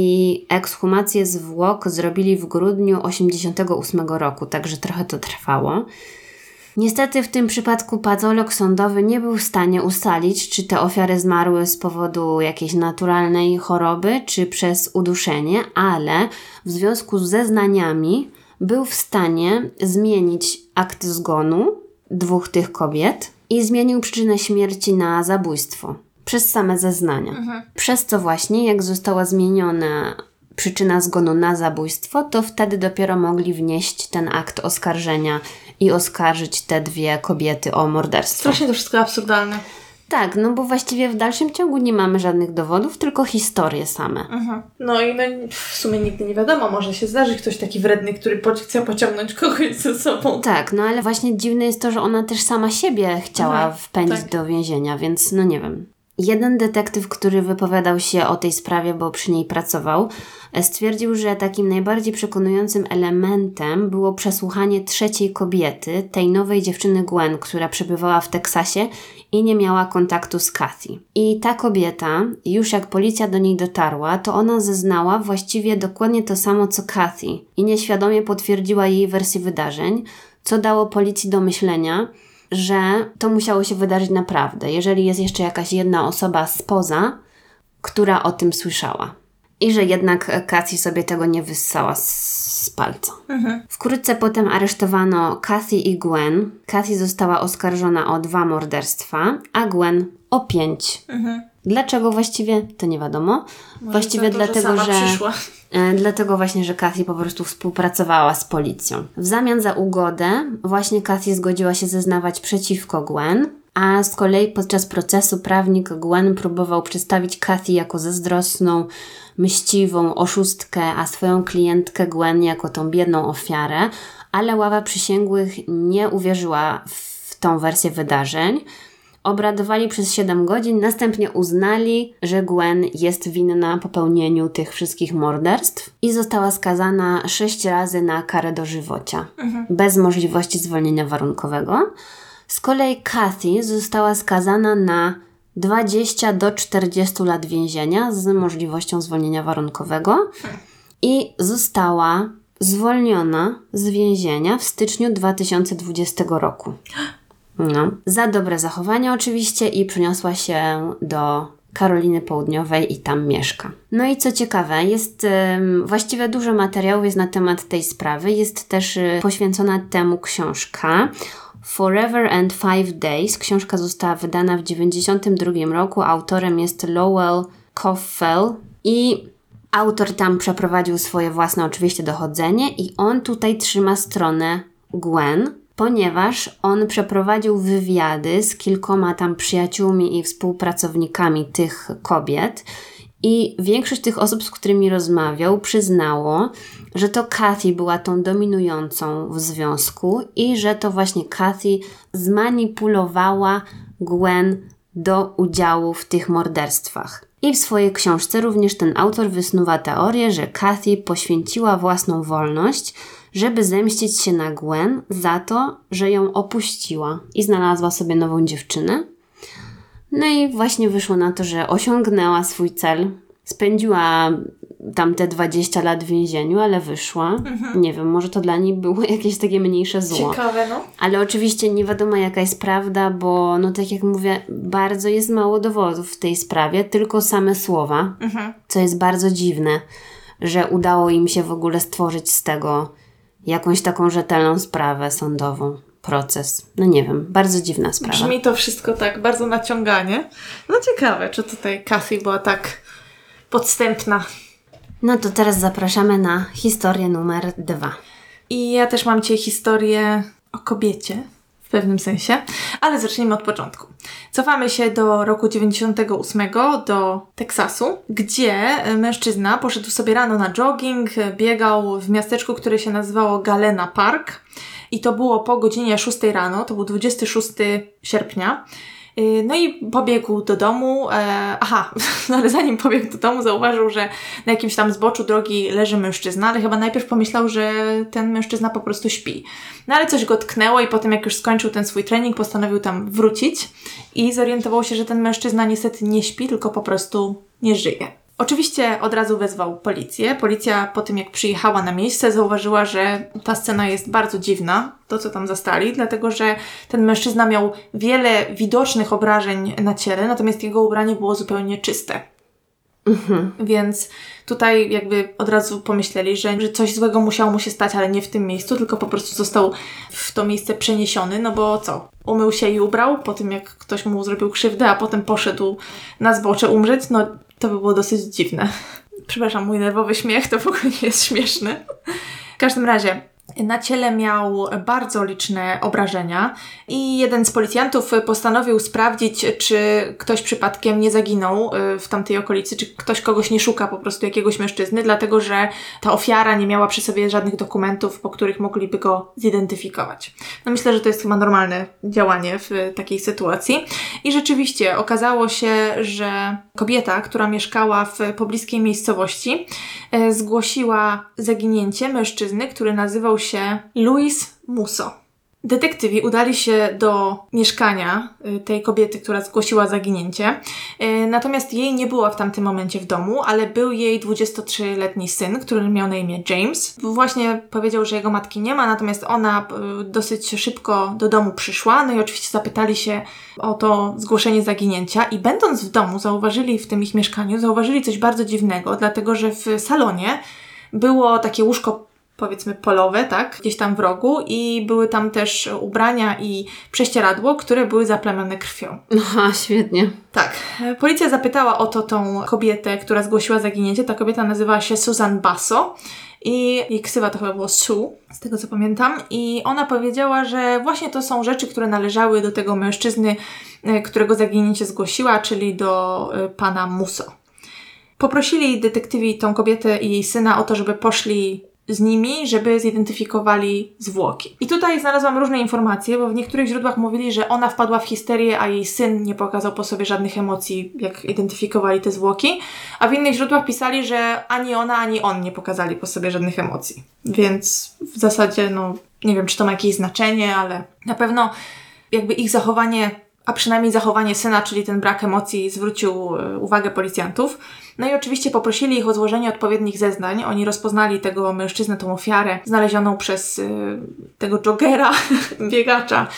Speaker 2: I ekshumację zwłok zrobili w grudniu 1988 roku, także trochę to trwało. Niestety w tym przypadku patolog sądowy nie był w stanie ustalić, czy te ofiary zmarły z powodu jakiejś naturalnej choroby, czy przez uduszenie, ale w związku z zeznaniami był w stanie zmienić akt zgonu 2 tych kobiet i zmienił przyczynę śmierci na zabójstwo przez same zeznania. Przez co właśnie, jak została zmieniona przyczyna zgonu na zabójstwo, to wtedy dopiero mogli wnieść ten akt oskarżenia i oskarżyć te 2 kobiety o morderstwo.
Speaker 1: Strasznie to wszystko absurdalne.
Speaker 2: Tak, no bo właściwie w dalszym ciągu nie mamy żadnych dowodów, tylko historie same.
Speaker 1: No i w sumie nigdy nie wiadomo, może się zdarzy ktoś taki wredny, który chce pociągnąć kogoś ze sobą.
Speaker 2: Tak, no ale właśnie dziwne jest to, że ona też sama siebie chciała wpędzić do więzienia, więc no nie wiem. Jeden detektyw, który wypowiadał się o tej sprawie, bo przy niej pracował, stwierdził, że takim najbardziej przekonującym elementem było przesłuchanie 3 kobiety, tej nowej dziewczyny Gwen, która przebywała w Teksasie i nie miała kontaktu z Kathy. I ta kobieta, już jak policja do niej dotarła, to ona zeznała właściwie dokładnie to samo co Kathy i nieświadomie potwierdziła jej wersję wydarzeń, co dało policji do myślenia, że to musiało się wydarzyć naprawdę, jeżeli jest jeszcze jakaś jedna osoba spoza, która o tym słyszała. I że jednak Kathy sobie tego nie wyssała z palca. Wkrótce potem aresztowano Kathy i Gwen. Kathy została oskarżona o 2 morderstwa, a Gwen o 5. Dlaczego właściwie? To nie wiadomo.
Speaker 1: Może
Speaker 2: właściwie
Speaker 1: to,
Speaker 2: dlatego,
Speaker 1: że przyszła.
Speaker 2: Dlatego właśnie, że Kathy po prostu współpracowała z policją. W zamian za ugodę właśnie Kathy zgodziła się zeznawać przeciwko Gwen, a z kolei podczas procesu prawnik Gwen próbował przedstawić Kathy jako zazdrosną, mściwą, oszustkę, a swoją klientkę Gwen jako tą biedną ofiarę, ale ława przysięgłych nie uwierzyła w tą wersję wydarzeń. Obradowali przez 7 godzin, następnie uznali, że Gwen jest winna popełnieniu tych wszystkich morderstw i została skazana 6 razy na karę dożywocia, bez możliwości zwolnienia warunkowego. Z kolei Kathy została skazana na 20 do 40 lat więzienia z możliwością zwolnienia warunkowego i została zwolniona z więzienia w styczniu 2020 roku. No, za dobre zachowanie oczywiście i przeniosła się do Karoliny Południowej i tam mieszka. No i co ciekawe, jest właściwie dużo materiałów jest na temat tej sprawy. Jest też poświęcona temu książka Forever and 5 Days. Książka została wydana w 1992 roku. Autorem jest Lowell Coffell i Autor tam przeprowadził swoje własne oczywiście dochodzenie i on tutaj trzyma stronę Gwen, ponieważ on przeprowadził wywiady z kilkoma tam przyjaciółmi i współpracownikami tych kobiet i większość tych osób, z którymi rozmawiał, przyznało, że to Kathy była tą dominującą w związku i że to właśnie Kathy zmanipulowała Gwen do udziału w tych morderstwach. I w swojej książce również ten autor wysnuwa teorię, że Kathy poświęciła własną wolność, żeby zemścić się na Gwen za to, że ją opuściła i znalazła sobie nową dziewczynę. No i właśnie wyszło na to, że osiągnęła swój cel. Spędziła tamte 20 lat w więzieniu, ale wyszła. Nie wiem, może to dla niej było jakieś takie mniejsze zło.
Speaker 1: Ciekawe, no.
Speaker 2: Ale oczywiście nie wiadomo jaka jest prawda, bo no tak jak mówię, bardzo jest mało dowodów w tej sprawie, tylko same słowa, co jest bardzo dziwne, że udało im się w ogóle stworzyć z tego jakąś taką rzetelną sprawę sądową. Proces. No nie wiem, bardzo dziwna sprawa.
Speaker 1: Brzmi to wszystko tak bardzo naciąganie. No ciekawe, czy tutaj Kathy była tak podstępna.
Speaker 2: No to teraz zapraszamy na historię numer 2.
Speaker 1: I ja też mam dzisiaj historię o kobiecie, w pewnym sensie, ale zacznijmy od początku. Cofamy się do roku 98, do Teksasu, gdzie mężczyzna poszedł sobie rano na jogging, biegał w miasteczku, które się nazywało Galena Park. I to było po godzinie 6 rano, to był 26 sierpnia. No i pobiegł do domu. No ale zanim pobiegł do domu, zauważył, że na jakimś tam zboczu drogi leży mężczyzna, ale chyba najpierw pomyślał, że ten mężczyzna po prostu śpi. No ale coś go tknęło i potem jak już skończył ten swój trening, postanowił tam wrócić i zorientował się, że ten mężczyzna niestety nie śpi, tylko po prostu nie żyje. Oczywiście od razu wezwał policję. Policja po tym jak przyjechała na miejsce zauważyła, że ta scena jest bardzo dziwna, to co tam zastali, dlatego że ten mężczyzna miał wiele widocznych obrażeń na ciele, natomiast jego ubranie było zupełnie czyste. Więc tutaj jakby od razu pomyśleli, że coś złego musiało mu się stać, ale nie w tym miejscu, tylko po prostu został w to miejsce przeniesiony, no bo co? Umył się i ubrał po tym jak ktoś mu zrobił krzywdę, a potem poszedł na zbocze umrzeć, no to by było dosyć dziwne. Przepraszam, mój nerwowy śmiech to w ogóle nie jest śmieszny. W każdym razie na ciele miał bardzo liczne obrażenia i jeden z policjantów postanowił sprawdzić, czy ktoś przypadkiem nie zaginął w tamtej okolicy, czy ktoś kogoś nie szuka, po prostu jakiegoś mężczyzny, dlatego że ta ofiara nie miała przy sobie żadnych dokumentów, po których mogliby go zidentyfikować. No myślę, że to jest chyba normalne działanie w takiej sytuacji. I rzeczywiście okazało się, że kobieta, która mieszkała w pobliskiej miejscowości, zgłosiła zaginięcie mężczyzny, który nazywał się Luis Musso. Detektywi udali się do mieszkania tej kobiety, która zgłosiła zaginięcie. Natomiast jej nie było w tamtym momencie w domu, ale był jej 23-letni syn, który miał na imię James. Właśnie powiedział, że jego matki nie ma, natomiast ona dosyć szybko do domu przyszła. No i oczywiście zapytali się o to zgłoszenie zaginięcia i będąc w domu w tym ich mieszkaniu, zauważyli coś bardzo dziwnego, dlatego że w salonie było takie łóżko powiedzmy polowe, tak, gdzieś tam w rogu i były tam też ubrania i prześcieradło, które były zaplamione krwią.
Speaker 2: Aha, świetnie.
Speaker 1: Tak. Policja zapytała o to tą kobietę, która zgłosiła zaginięcie. Ta kobieta nazywała się Susan Basso i jej ksywa to chyba było Sue, z tego co pamiętam. I ona powiedziała, że właśnie to są rzeczy, które należały do tego mężczyzny, którego zaginięcie zgłosiła, czyli do pana Musso. Poprosili detektywi tą kobietę i jej syna o to, żeby poszli z nimi, żeby zidentyfikowali zwłoki. I tutaj znalazłam różne informacje, bo w niektórych źródłach mówili, że ona wpadła w histerię, a jej syn nie pokazał po sobie żadnych emocji, jak identyfikowali te zwłoki, a w innych źródłach pisali, że ani ona, ani on nie pokazali po sobie żadnych emocji. Więc w zasadzie, no, nie wiem, czy to ma jakieś znaczenie, ale na pewno jakby ich zachowanie, a przynajmniej zachowanie syna, czyli ten brak emocji, zwrócił uwagę policjantów. No i oczywiście poprosili ich o złożenie odpowiednich zeznań. Oni rozpoznali tego mężczyznę, tą ofiarę, znalezioną przez tego joggera, biegacza,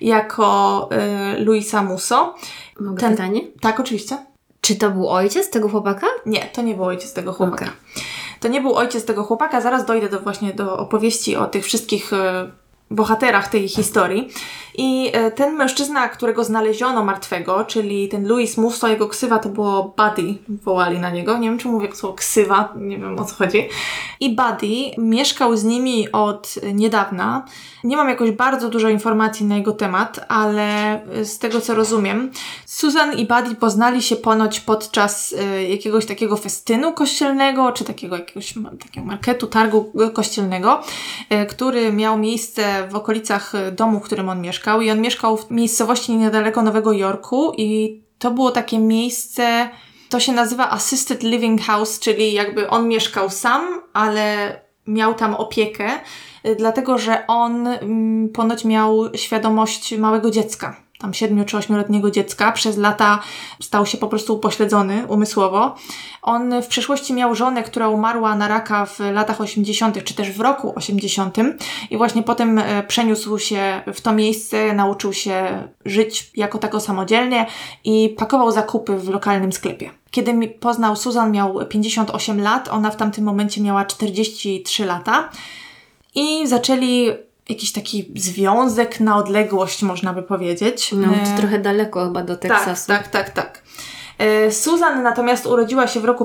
Speaker 1: jako Luisa Musso.
Speaker 2: Mogę pytanie?
Speaker 1: Tak, oczywiście.
Speaker 2: Czy to był ojciec tego chłopaka?
Speaker 1: Nie, to nie był ojciec tego chłopaka.
Speaker 2: Okay.
Speaker 1: To nie był ojciec tego chłopaka. Zaraz dojdę właśnie do opowieści o tych wszystkich bohaterach tej historii. I ten mężczyzna, którego znaleziono martwego, czyli ten Louis Musso, jego ksywa to było Buddy, wołali na niego. Nie wiem, czy mówię słowo ksywa, nie wiem o co chodzi. I Buddy mieszkał z nimi od niedawna. Nie mam jakoś bardzo dużo informacji na jego temat, ale z tego co rozumiem, Susan i Buddy poznali się ponoć podczas jakiegoś takiego festynu kościelnego, czy takiego marketu, targu kościelnego, który miał miejsce w okolicach domu, w którym on mieszkał. I on mieszkał w miejscowości niedaleko Nowego Jorku i to było takie miejsce, to się nazywa Assisted Living House, czyli jakby on mieszkał sam, ale miał tam opiekę, dlatego że on ponoć miał świadomość małego dziecka. Tam 7 czy 8-letniego dziecka. Przez lata stał się po prostu upośledzony umysłowo. On w przeszłości miał żonę, która umarła na raka w latach 80., czy też w roku 80. I właśnie potem przeniósł się w to miejsce, nauczył się żyć jako tako samodzielnie i pakował zakupy w lokalnym sklepie. Kiedy poznał Susan, miał 58 lat, ona w tamtym momencie miała 43 lata i zaczęli jakiś taki związek na odległość, można by powiedzieć.
Speaker 2: No, to trochę daleko chyba do Teksasu.
Speaker 1: Tak. Susan natomiast urodziła się w roku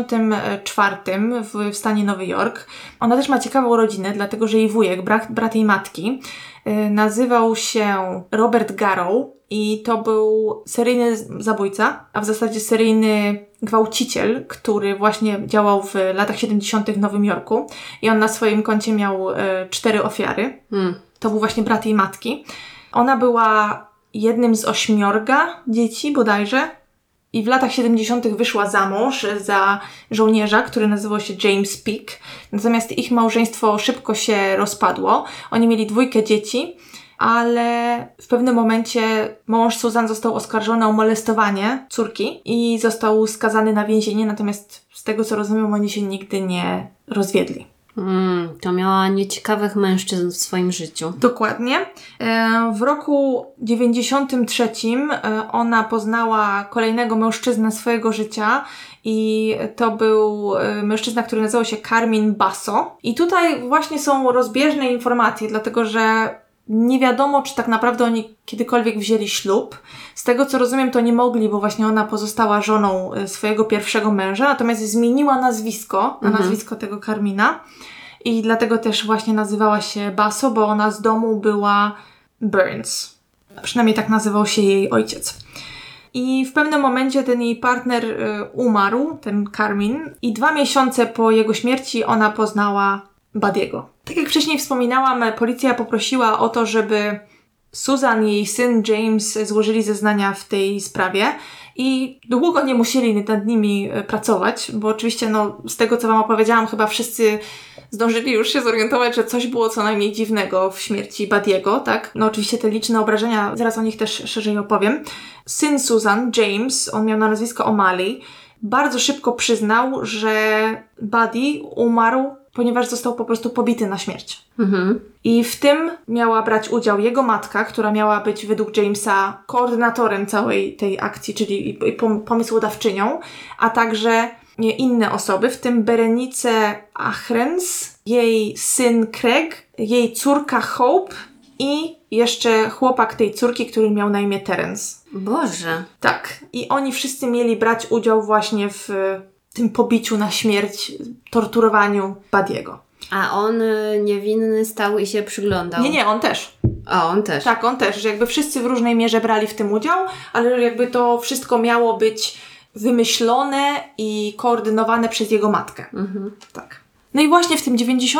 Speaker 1: 54 w stanie Nowy Jork. Ona też ma ciekawą rodzinę, dlatego że jej wujek, brat jej matki, nazywał się Robert Garrow i to był seryjny zabójca, a w zasadzie seryjny gwałciciel, który właśnie działał w latach 70. w Nowym Jorku i on na swoim koncie miał 4 ofiary. To był właśnie brat jej matki. Ona była jednym z 8 dzieci bodajże i w latach 70. wyszła za mąż za żołnierza, który nazywał się James Peake. Natomiast ich małżeństwo szybko się rozpadło. Oni mieli 2 dzieci, ale w pewnym momencie mąż Susan został oskarżony o molestowanie córki i został skazany na więzienie, natomiast z tego co rozumiem, oni się nigdy nie rozwiedli.
Speaker 2: To miała nieciekawych mężczyzn w swoim życiu.
Speaker 1: Dokładnie. W roku 93 ona poznała kolejnego mężczyznę swojego życia i to był mężczyzna, który nazywał się Carmine Basso. I tutaj właśnie są rozbieżne informacje, dlatego że nie wiadomo, czy tak naprawdę oni kiedykolwiek wzięli ślub. Z tego, co rozumiem, to nie mogli, bo właśnie ona pozostała żoną swojego pierwszego męża, natomiast zmieniła nazwisko na nazwisko tego Carmina i dlatego też właśnie nazywała się Basso, bo ona z domu była Burns. Przynajmniej tak nazywał się jej ojciec. I w pewnym momencie ten jej partner umarł, ten Carmine, i 2 miesiące po jego śmierci ona poznała Buddy'ego. Tak jak wcześniej wspominałam, policja poprosiła o to, żeby Susan i jej syn James złożyli zeznania w tej sprawie i długo nie musieli nad nimi pracować, bo oczywiście z tego, co Wam opowiedziałam, chyba wszyscy zdążyli już się zorientować, że coś było co najmniej dziwnego w śmierci Buddy'ego, tak? Oczywiście te liczne obrażenia, zaraz o nich też szerzej opowiem. Syn Susan, James, on miał na nazwisko O'Malley, bardzo szybko przyznał, że Buddy umarł, ponieważ został po prostu pobity na śmierć. I w tym miała brać udział jego matka, która miała być według Jamesa koordynatorem całej tej akcji, czyli pomysłodawczynią, a także inne osoby, w tym Berenice Ahrens, jej syn Craig, jej córka Hope i jeszcze chłopak tej córki, który miał na imię Terence.
Speaker 2: Boże.
Speaker 1: Tak. I oni wszyscy mieli brać udział właśnie w tym pobiciu na śmierć, torturowaniu Buddy'ego.
Speaker 2: A on niewinny stał i się przyglądał?
Speaker 1: Nie, on też.
Speaker 2: A, on też.
Speaker 1: Tak, on też, że jakby wszyscy w różnej mierze brali w tym udział, ale jakby to wszystko miało być wymyślone i koordynowane przez jego matkę. Tak. No i właśnie w tym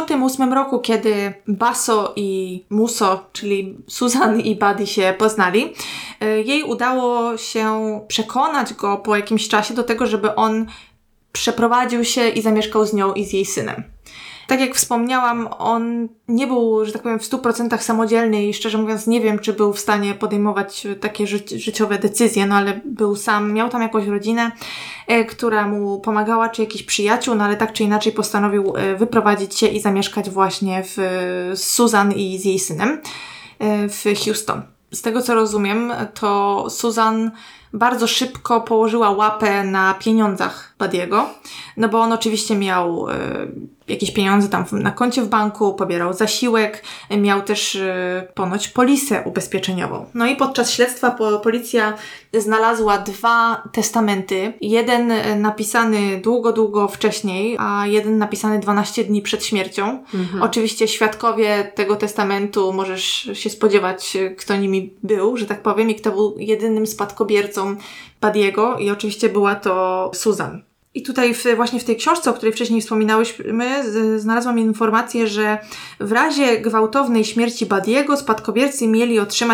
Speaker 1: 98 roku, kiedy Basso i Musso, czyli Susan i Buddy się poznali, jej udało się przekonać go po jakimś czasie do tego, żeby on przeprowadził się i zamieszkał z nią i z jej synem. Tak jak wspomniałam, on nie był, że tak powiem, w 100% samodzielny i szczerze mówiąc nie wiem, czy był w stanie podejmować takie życiowe decyzje, ale był sam, miał tam jakąś rodzinę, która mu pomagała, czy jakiś przyjaciół, ale tak czy inaczej postanowił wyprowadzić się i zamieszkać właśnie z Susan i z jej synem w Houston. Z tego co rozumiem, to Susan bardzo szybko położyła łapę na pieniądzach Buddy'ego, no bo on oczywiście miał jakieś pieniądze tam na koncie w banku, pobierał zasiłek, miał też ponoć polisę ubezpieczeniową. No i podczas śledztwa policja znalazła 2 testamenty. Jeden napisany długo wcześniej, a jeden napisany 12 dni przed śmiercią. Oczywiście świadkowie tego testamentu, możesz się spodziewać, kto nimi był, że tak powiem, i kto był jedynym spadkobiercą Buddy'ego, i oczywiście była to Susan. I tutaj właśnie w tej książce, o której wcześniej wspominałyśmy, znalazłam informację, że w razie gwałtownej śmierci Buddy'ego spadkobiercy mieli otrzymać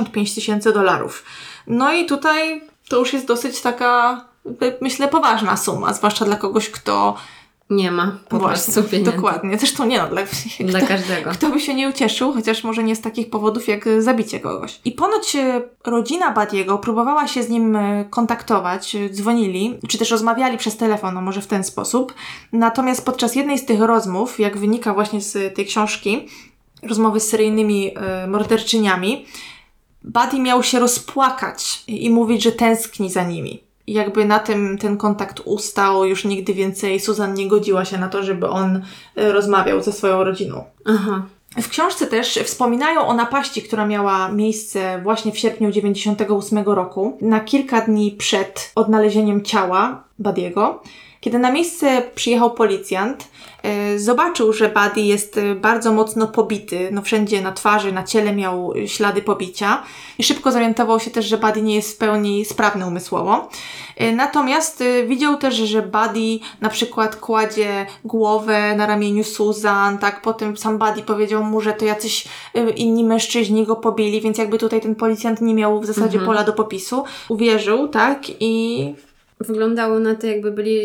Speaker 1: $65,000. No i tutaj to już jest dosyć taka, myślę, poważna suma, zwłaszcza dla kogoś, kto
Speaker 2: nie ma po prostu pieniędzy.
Speaker 1: Dokładnie. Zresztą nie,
Speaker 2: dla każdego.
Speaker 1: Kto by się nie ucieszył, chociaż może nie z takich powodów jak zabicie kogoś. I ponoć rodzina Buddy'ego próbowała się z nim kontaktować, dzwonili, czy też rozmawiali przez telefon, no może w ten sposób. Natomiast podczas jednej z tych rozmów, jak wynika właśnie z tej książki, rozmowy z seryjnymi morderczyniami, Buddy miał się rozpłakać i mówić, że tęskni za nimi. I jakby na tym ten kontakt ustał, już nigdy więcej Susan nie godziła się na to, żeby on rozmawiał ze swoją rodziną.
Speaker 2: Aha.
Speaker 1: W książce też wspominają o napaści, która miała miejsce właśnie w sierpniu 1998 roku, na kilka dni przed odnalezieniem ciała Buddy'ego. Kiedy na miejsce przyjechał policjant, zobaczył, że Buddy jest bardzo mocno pobity. No wszędzie na twarzy, na ciele miał ślady pobicia. I szybko zorientował się też, że Buddy nie jest w pełni sprawny umysłowo. Natomiast widział też, że Buddy na przykład kładzie głowę na ramieniu Susan, tak? Potem sam Buddy powiedział mu, że to jacyś inni mężczyźni go pobili, więc jakby tutaj ten policjant nie miał w zasadzie pola do popisu. Uwierzył, tak? I
Speaker 2: wyglądało na to, jakby byli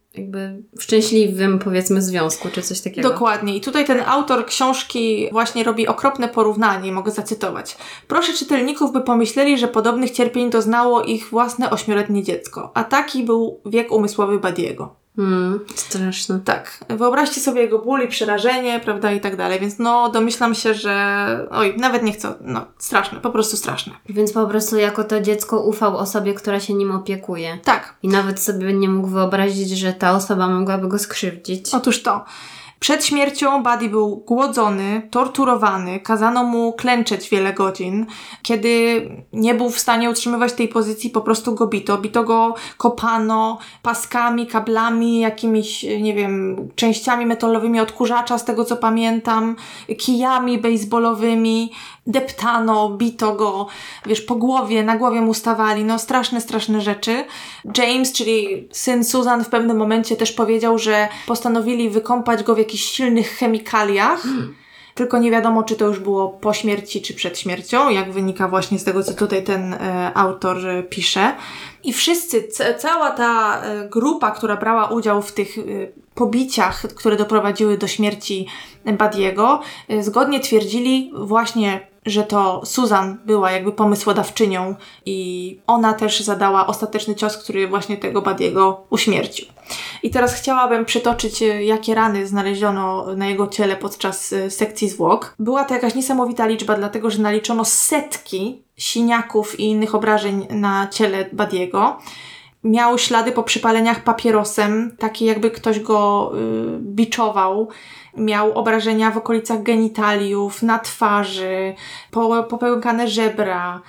Speaker 2: w szczęśliwym, powiedzmy, związku, czy coś takiego.
Speaker 1: Dokładnie. I tutaj ten autor książki właśnie robi okropne porównanie, mogę zacytować. Proszę czytelników, by pomyśleli, że podobnych cierpień doznało ich własne 8-letnie dziecko. A taki był wiek umysłowy Buddy'ego.
Speaker 2: Straszne.
Speaker 1: Tak. Wyobraźcie sobie jego ból i przerażenie, prawda, i tak dalej. Więc no, domyślam się, że nawet nie chcę, straszne, po prostu straszne.
Speaker 2: Więc po prostu jako to dziecko ufał osobie, która się nim opiekuje.
Speaker 1: Tak.
Speaker 2: I nawet sobie nie mógł wyobrazić, że ta osoba mogłaby go skrzywdzić.
Speaker 1: Otóż to. Przed śmiercią Buddy był głodzony, torturowany, kazano mu klęczeć wiele godzin. Kiedy nie był w stanie utrzymywać tej pozycji, po prostu go bito. Bito go, kopano paskami, kablami, jakimiś, nie wiem, częściami metalowymi odkurzacza, z tego co pamiętam, kijami baseballowymi. Deptano, bito go, po głowie, na głowie mu stawali, straszne rzeczy. James, czyli syn Susan, w pewnym momencie też powiedział, że postanowili wykąpać go w jakichś silnych chemikaliach, tylko nie wiadomo, czy to już było po śmierci, czy przed śmiercią, jak wynika właśnie z tego, co tutaj ten autor pisze. I wszyscy, cała ta grupa, która brała udział w tych pobiciach, które doprowadziły do śmierci Buddy'ego, zgodnie twierdzili właśnie, że to Susan była jakby pomysłodawczynią i ona też zadała ostateczny cios, który właśnie tego Buddy'ego uśmiercił. I teraz chciałabym przytoczyć, jakie rany znaleziono na jego ciele podczas sekcji zwłok. Była to jakaś niesamowita liczba, dlatego że naliczono setki siniaków i innych obrażeń na ciele Buddy'ego. Miał ślady po przypaleniach papierosem, takie jakby ktoś go biczował. Miał obrażenia w okolicach genitaliów, na twarzy, popękane żebra,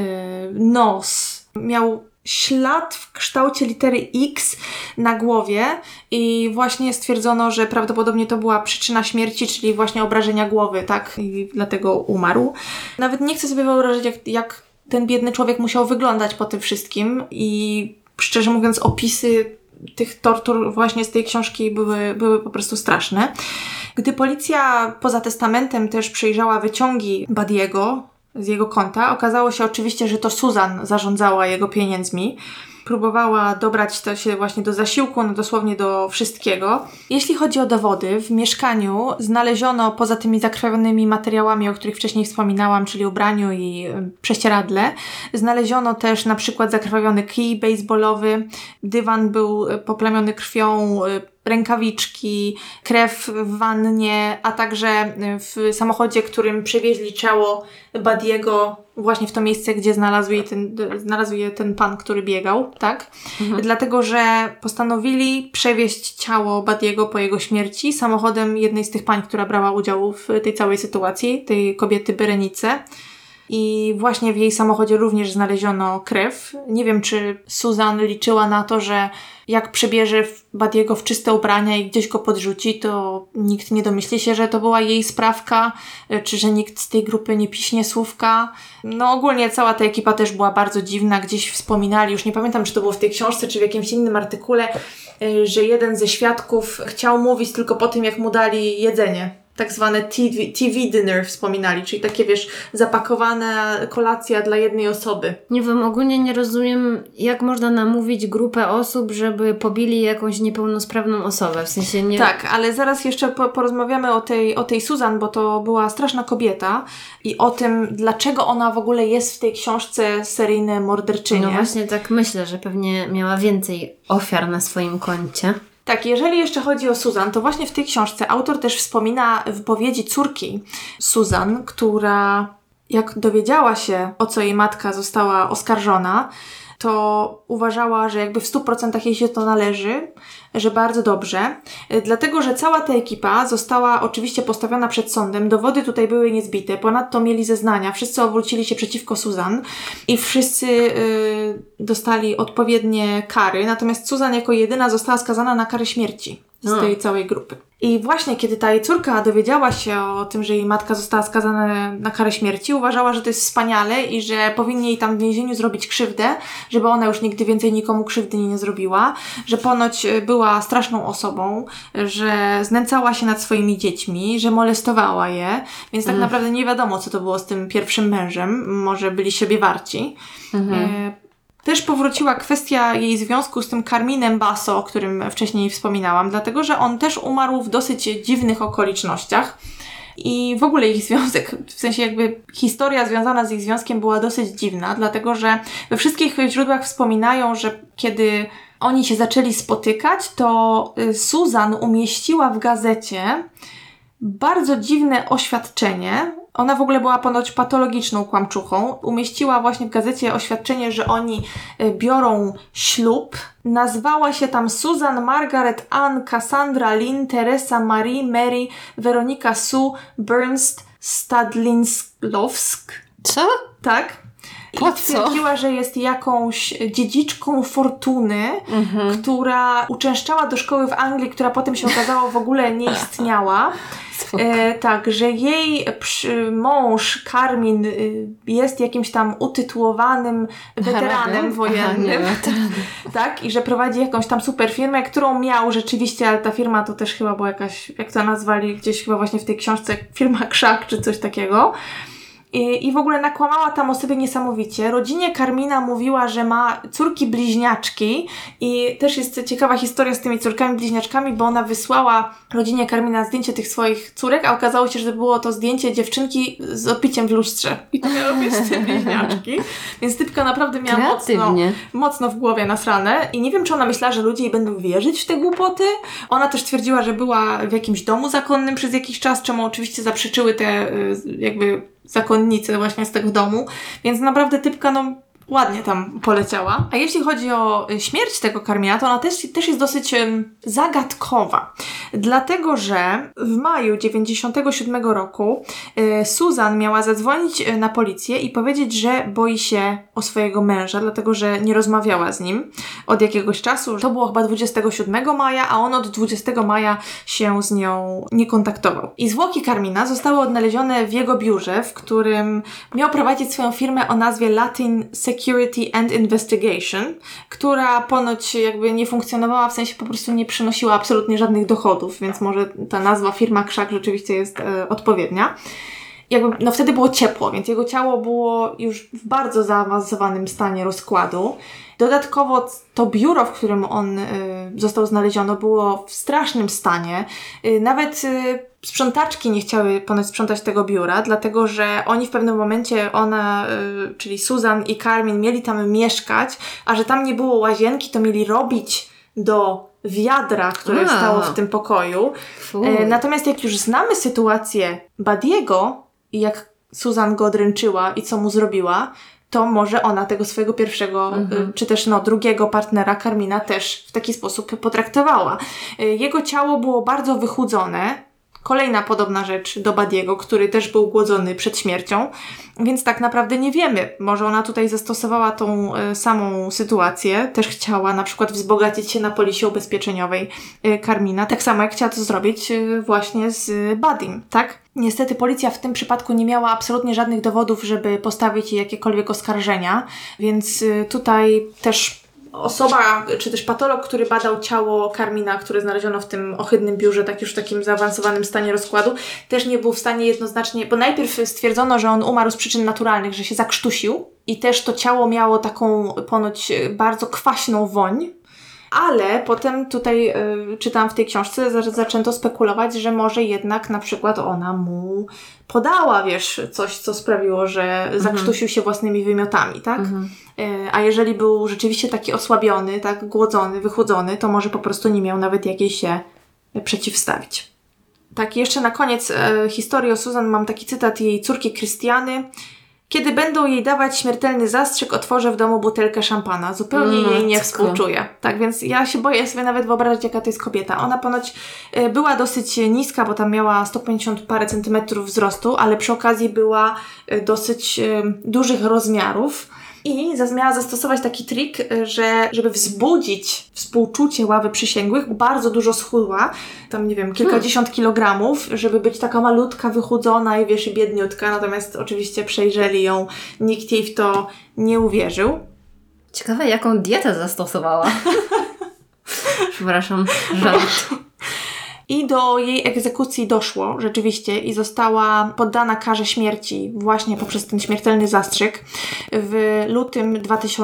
Speaker 1: nos. Miał ślad w kształcie litery X na głowie i właśnie stwierdzono, że prawdopodobnie to była przyczyna śmierci, czyli właśnie obrażenia głowy, tak? I dlatego umarł. Nawet nie chcę sobie wyobrazić, jak ten biedny człowiek musiał wyglądać po tym wszystkim i szczerze mówiąc opisy tych tortur właśnie z tej książki były po prostu straszne. Gdy policja poza testamentem też przejrzała wyciągi Buddy'ego z jego konta, okazało się oczywiście, że to Susan zarządzała jego pieniędzmi. Próbowała dobrać to się właśnie do zasiłku, dosłownie do wszystkiego. Jeśli chodzi o dowody, w mieszkaniu znaleziono poza tymi zakrwawionymi materiałami, o których wcześniej wspominałam, czyli ubraniu i prześcieradle, znaleziono też na przykład zakrwawiony kij baseballowy, dywan był poplamiony krwią, rękawiczki, krew w wannie, a także w samochodzie, którym przewieźli ciało Buddy'ego właśnie w to miejsce, gdzie znalazł je ten pan, który biegał, tak? Dlatego, że postanowili przewieźć ciało Buddy'ego po jego śmierci samochodem jednej z tych pań, która brała udział w tej całej sytuacji, tej kobiety Berenice. I właśnie w jej samochodzie również znaleziono krew. Nie wiem, czy Susan liczyła na to, że jak przebierze Buddy'ego w czyste ubrania i gdzieś go podrzuci, to nikt nie domyśli się, że to była jej sprawka, czy że nikt z tej grupy nie piśnie słówka. No ogólnie cała ta ekipa też była bardzo dziwna. Gdzieś wspominali, już nie pamiętam, czy to było w tej książce, czy w jakimś innym artykule, że jeden ze świadków chciał mówić tylko po tym, jak mu dali jedzenie. Tak zwane TV dinner wspominali, czyli takie, wiesz, zapakowana kolacja dla jednej osoby.
Speaker 2: Nie wiem, ogólnie nie rozumiem, jak można namówić grupę osób, żeby pobili jakąś niepełnosprawną osobę, w sensie nie...
Speaker 1: Tak, ale zaraz jeszcze porozmawiamy o tej Susan, bo to była straszna kobieta i o tym, dlaczego ona w ogóle jest w tej książce seryjne morderczynie.
Speaker 2: No właśnie tak myślę, że pewnie miała więcej ofiar na swoim koncie.
Speaker 1: Tak, jeżeli jeszcze chodzi o Susan, to właśnie w tej książce autor też wspomina wypowiedzi córki Susan, która jak dowiedziała się, o co jej matka została oskarżona, to uważała, że jakby w 100% jej się to należy, że bardzo dobrze, dlatego, że cała ta ekipa została oczywiście postawiona przed sądem, dowody tutaj były niezbite, ponadto mieli zeznania, wszyscy obrócili się przeciwko Susan i wszyscy dostali odpowiednie kary, natomiast Susan jako jedyna została skazana na karę śmierci z tej całej grupy. I właśnie kiedy ta jej córka dowiedziała się o tym, że jej matka została skazana na karę śmierci, uważała, że to jest wspaniale i że powinni jej tam w więzieniu zrobić krzywdę, żeby ona już nigdy więcej nikomu krzywdy nie zrobiła, że ponoć była straszną osobą, że znęcała się nad swoimi dziećmi, że molestowała je, więc tak naprawdę nie wiadomo, co to było z tym pierwszym mężem. Może byli siebie warci. Też powróciła kwestia jej związku z tym Carminem Basso, o którym wcześniej wspominałam, dlatego, że on też umarł w dosyć dziwnych okolicznościach. I w ogóle ich związek, w sensie jakby historia związana z ich związkiem była dosyć dziwna, dlatego, że we wszystkich źródłach wspominają, że kiedy oni się zaczęli spotykać, to Susan umieściła w gazecie bardzo dziwne oświadczenie. Ona w ogóle była ponoć patologiczną kłamczuchą. Umieściła właśnie w gazecie oświadczenie, że oni biorą ślub. Nazwała się tam Susan, Margaret, Ann, Cassandra, Lynn, Teresa, Marie, Mary, Weronika, Sue, Bernst, Stadlinslowsk.
Speaker 2: Co?
Speaker 1: Tak. I twierdziła, że jest jakąś dziedziczką fortuny, która uczęszczała do szkoły w Anglii, która potem się okazało w ogóle nie istniała. Tak, że jej mąż Carmin jest jakimś tam utytułowanym weteranem wojennym. Tak, i że prowadzi jakąś tam super firmę, którą miał rzeczywiście, ale ta firma to też chyba była jakaś, jak to nazwali gdzieś chyba właśnie w tej książce, firma Krzak czy coś takiego. I w ogóle nakłamała tam o sobie niesamowicie. Rodzinie Carmina mówiła, że ma córki bliźniaczki i też jest ciekawa historia z tymi córkami bliźniaczkami, bo ona wysłała rodzinie Carmina zdjęcie tych swoich córek, a okazało się, że było to zdjęcie dziewczynki z opiciem w lustrze. I to miały być te bliźniaczki. Więc typka naprawdę miała mocno w głowie nasrane i nie wiem, czy ona myślała, że ludzie jej będą wierzyć w te głupoty. Ona też twierdziła, że była w jakimś domu zakonnym przez jakiś czas, czemu oczywiście zaprzeczyły te jakby zakonnicy właśnie z tego domu, więc naprawdę typka ładnie tam poleciała. A jeśli chodzi o śmierć tego Carmina, to ona też jest dosyć zagadkowa. Dlatego, że w maju 97 roku Susan miała zadzwonić na policję i powiedzieć, że boi się o swojego męża, dlatego, że nie rozmawiała z nim od jakiegoś czasu. To było chyba 27 maja, a on od 20 maja się z nią nie kontaktował. I zwłoki Carmina zostały odnalezione w jego biurze, w którym miał prowadzić swoją firmę o nazwie Latin Security and Investigation, która ponoć jakby nie funkcjonowała, w sensie po prostu nie przynosiła absolutnie żadnych dochodów, więc może ta nazwa firma Krzak rzeczywiście jest odpowiednia. Jakby, wtedy było ciepło, więc jego ciało było już w bardzo zaawansowanym stanie rozkładu. Dodatkowo to biuro, w którym on został znaleziony, było w strasznym stanie. Nawet sprzątaczki nie chciały ponoć sprzątać tego biura, dlatego że oni w pewnym momencie, ona, czyli Susan i Carmin, mieli tam mieszkać, a że tam nie było łazienki, to mieli robić do wiadra, które stało w tym pokoju. Natomiast jak już znamy sytuację Buddy'ego i jak Susan go dręczyła i co mu zrobiła, to może ona tego swojego pierwszego, czy też drugiego partnera, Carmina, też w taki sposób potraktowała. Jego ciało było bardzo wychudzone. Kolejna podobna rzecz do Buddy'ego, który też był głodzony przed śmiercią. Więc tak naprawdę nie wiemy. Może ona tutaj zastosowała tą samą sytuację. Też chciała na przykład wzbogacić się na polisie ubezpieczeniowej Carmina. Tak samo jak chciała to zrobić właśnie z Buddym, tak? Niestety policja w tym przypadku nie miała absolutnie żadnych dowodów, żeby postawić jej jakiekolwiek oskarżenia. Więc tutaj też osoba, czy też patolog, który badał ciało Carmina, które znaleziono w tym ohydnym biurze, tak już w takim zaawansowanym stanie rozkładu, też nie był w stanie jednoznacznie, bo najpierw stwierdzono, że on umarł z przyczyn naturalnych, że się zakrztusił i też to ciało miało taką ponoć bardzo kwaśną woń, ale potem tutaj czytałam w tej książce, zaczęto spekulować, że może jednak na przykład ona mu podała, coś, co sprawiło, że zakrztusił się własnymi wymiotami, tak? A jeżeli był rzeczywiście taki osłabiony, tak, głodzony, wychudzony, to może po prostu nie miał nawet jakiej się przeciwstawić. Tak, jeszcze na koniec historii o Susan mam taki cytat jej córki Krystiany. Kiedy będą jej dawać śmiertelny zastrzyk, otworzę w domu butelkę szampana. Zupełnie jej nie współczuję. Tak, więc ja się boję sobie nawet wyobrazić, jaka to jest kobieta. Ona ponoć była dosyć niska, bo tam miała 150 parę centymetrów wzrostu, ale przy okazji była dosyć dużych rozmiarów. I miała zastosować taki trik, że żeby wzbudzić współczucie ławy przysięgłych, bardzo dużo schudła, tam nie wiem, kilkadziesiąt kilogramów, żeby być taka malutka, wychudzona i i biedniutka, natomiast oczywiście przejrzeli ją, nikt jej w to nie uwierzył.
Speaker 2: Ciekawe, jaką dietę zastosowała. Przepraszam, żart.
Speaker 1: I do jej egzekucji doszło rzeczywiście i została poddana karze śmierci właśnie poprzez ten śmiertelny zastrzyk w lutym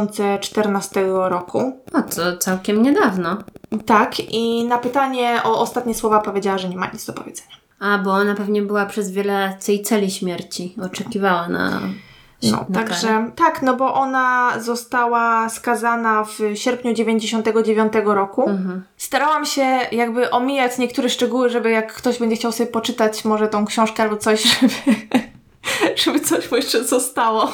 Speaker 1: 2014 roku.
Speaker 2: O, to całkiem niedawno.
Speaker 1: Tak, i na pytanie o ostatnie słowa powiedziała, że nie ma nic do powiedzenia.
Speaker 2: A, bo ona pewnie była przez wiele lat tej celi śmierci. Oczekiwała na...
Speaker 1: Także tak, bo ona została skazana w sierpniu 99 roku. Starałam się jakby omijać niektóre szczegóły, żeby jak ktoś będzie chciał sobie poczytać może tą książkę albo coś, żeby coś mu jeszcze zostało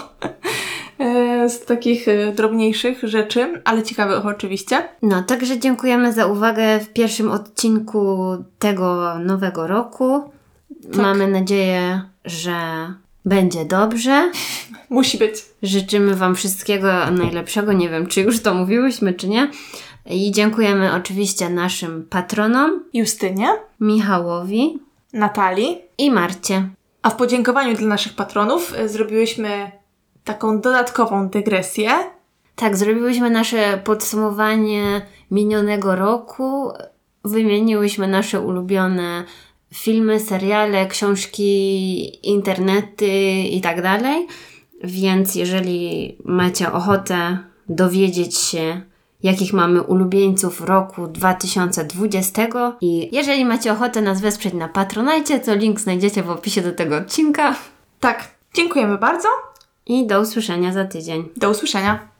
Speaker 1: z takich drobniejszych rzeczy, ale ciekawych oczywiście.
Speaker 2: Także dziękujemy za uwagę w pierwszym odcinku tego nowego roku. Tak. Mamy nadzieję, że będzie dobrze.
Speaker 1: Musi być.
Speaker 2: Życzymy Wam wszystkiego najlepszego. Nie wiem, czy już to mówiłyśmy, czy nie. I dziękujemy oczywiście naszym patronom.
Speaker 1: Justynie,
Speaker 2: Michałowi,
Speaker 1: Natalii
Speaker 2: i Marcie.
Speaker 1: A w podziękowaniu dla naszych patronów zrobiłyśmy taką dodatkową dygresję.
Speaker 2: Tak, zrobiłyśmy nasze podsumowanie minionego roku. Wymieniłyśmy nasze ulubione filmy, seriale, książki, internety i tak dalej. Więc jeżeli macie ochotę dowiedzieć się, jakich mamy ulubieńców roku 2020 i jeżeli macie ochotę nas wesprzeć na Patronite, to link znajdziecie w opisie do tego odcinka.
Speaker 1: Tak, dziękujemy bardzo
Speaker 2: i do usłyszenia za tydzień.
Speaker 1: Do usłyszenia.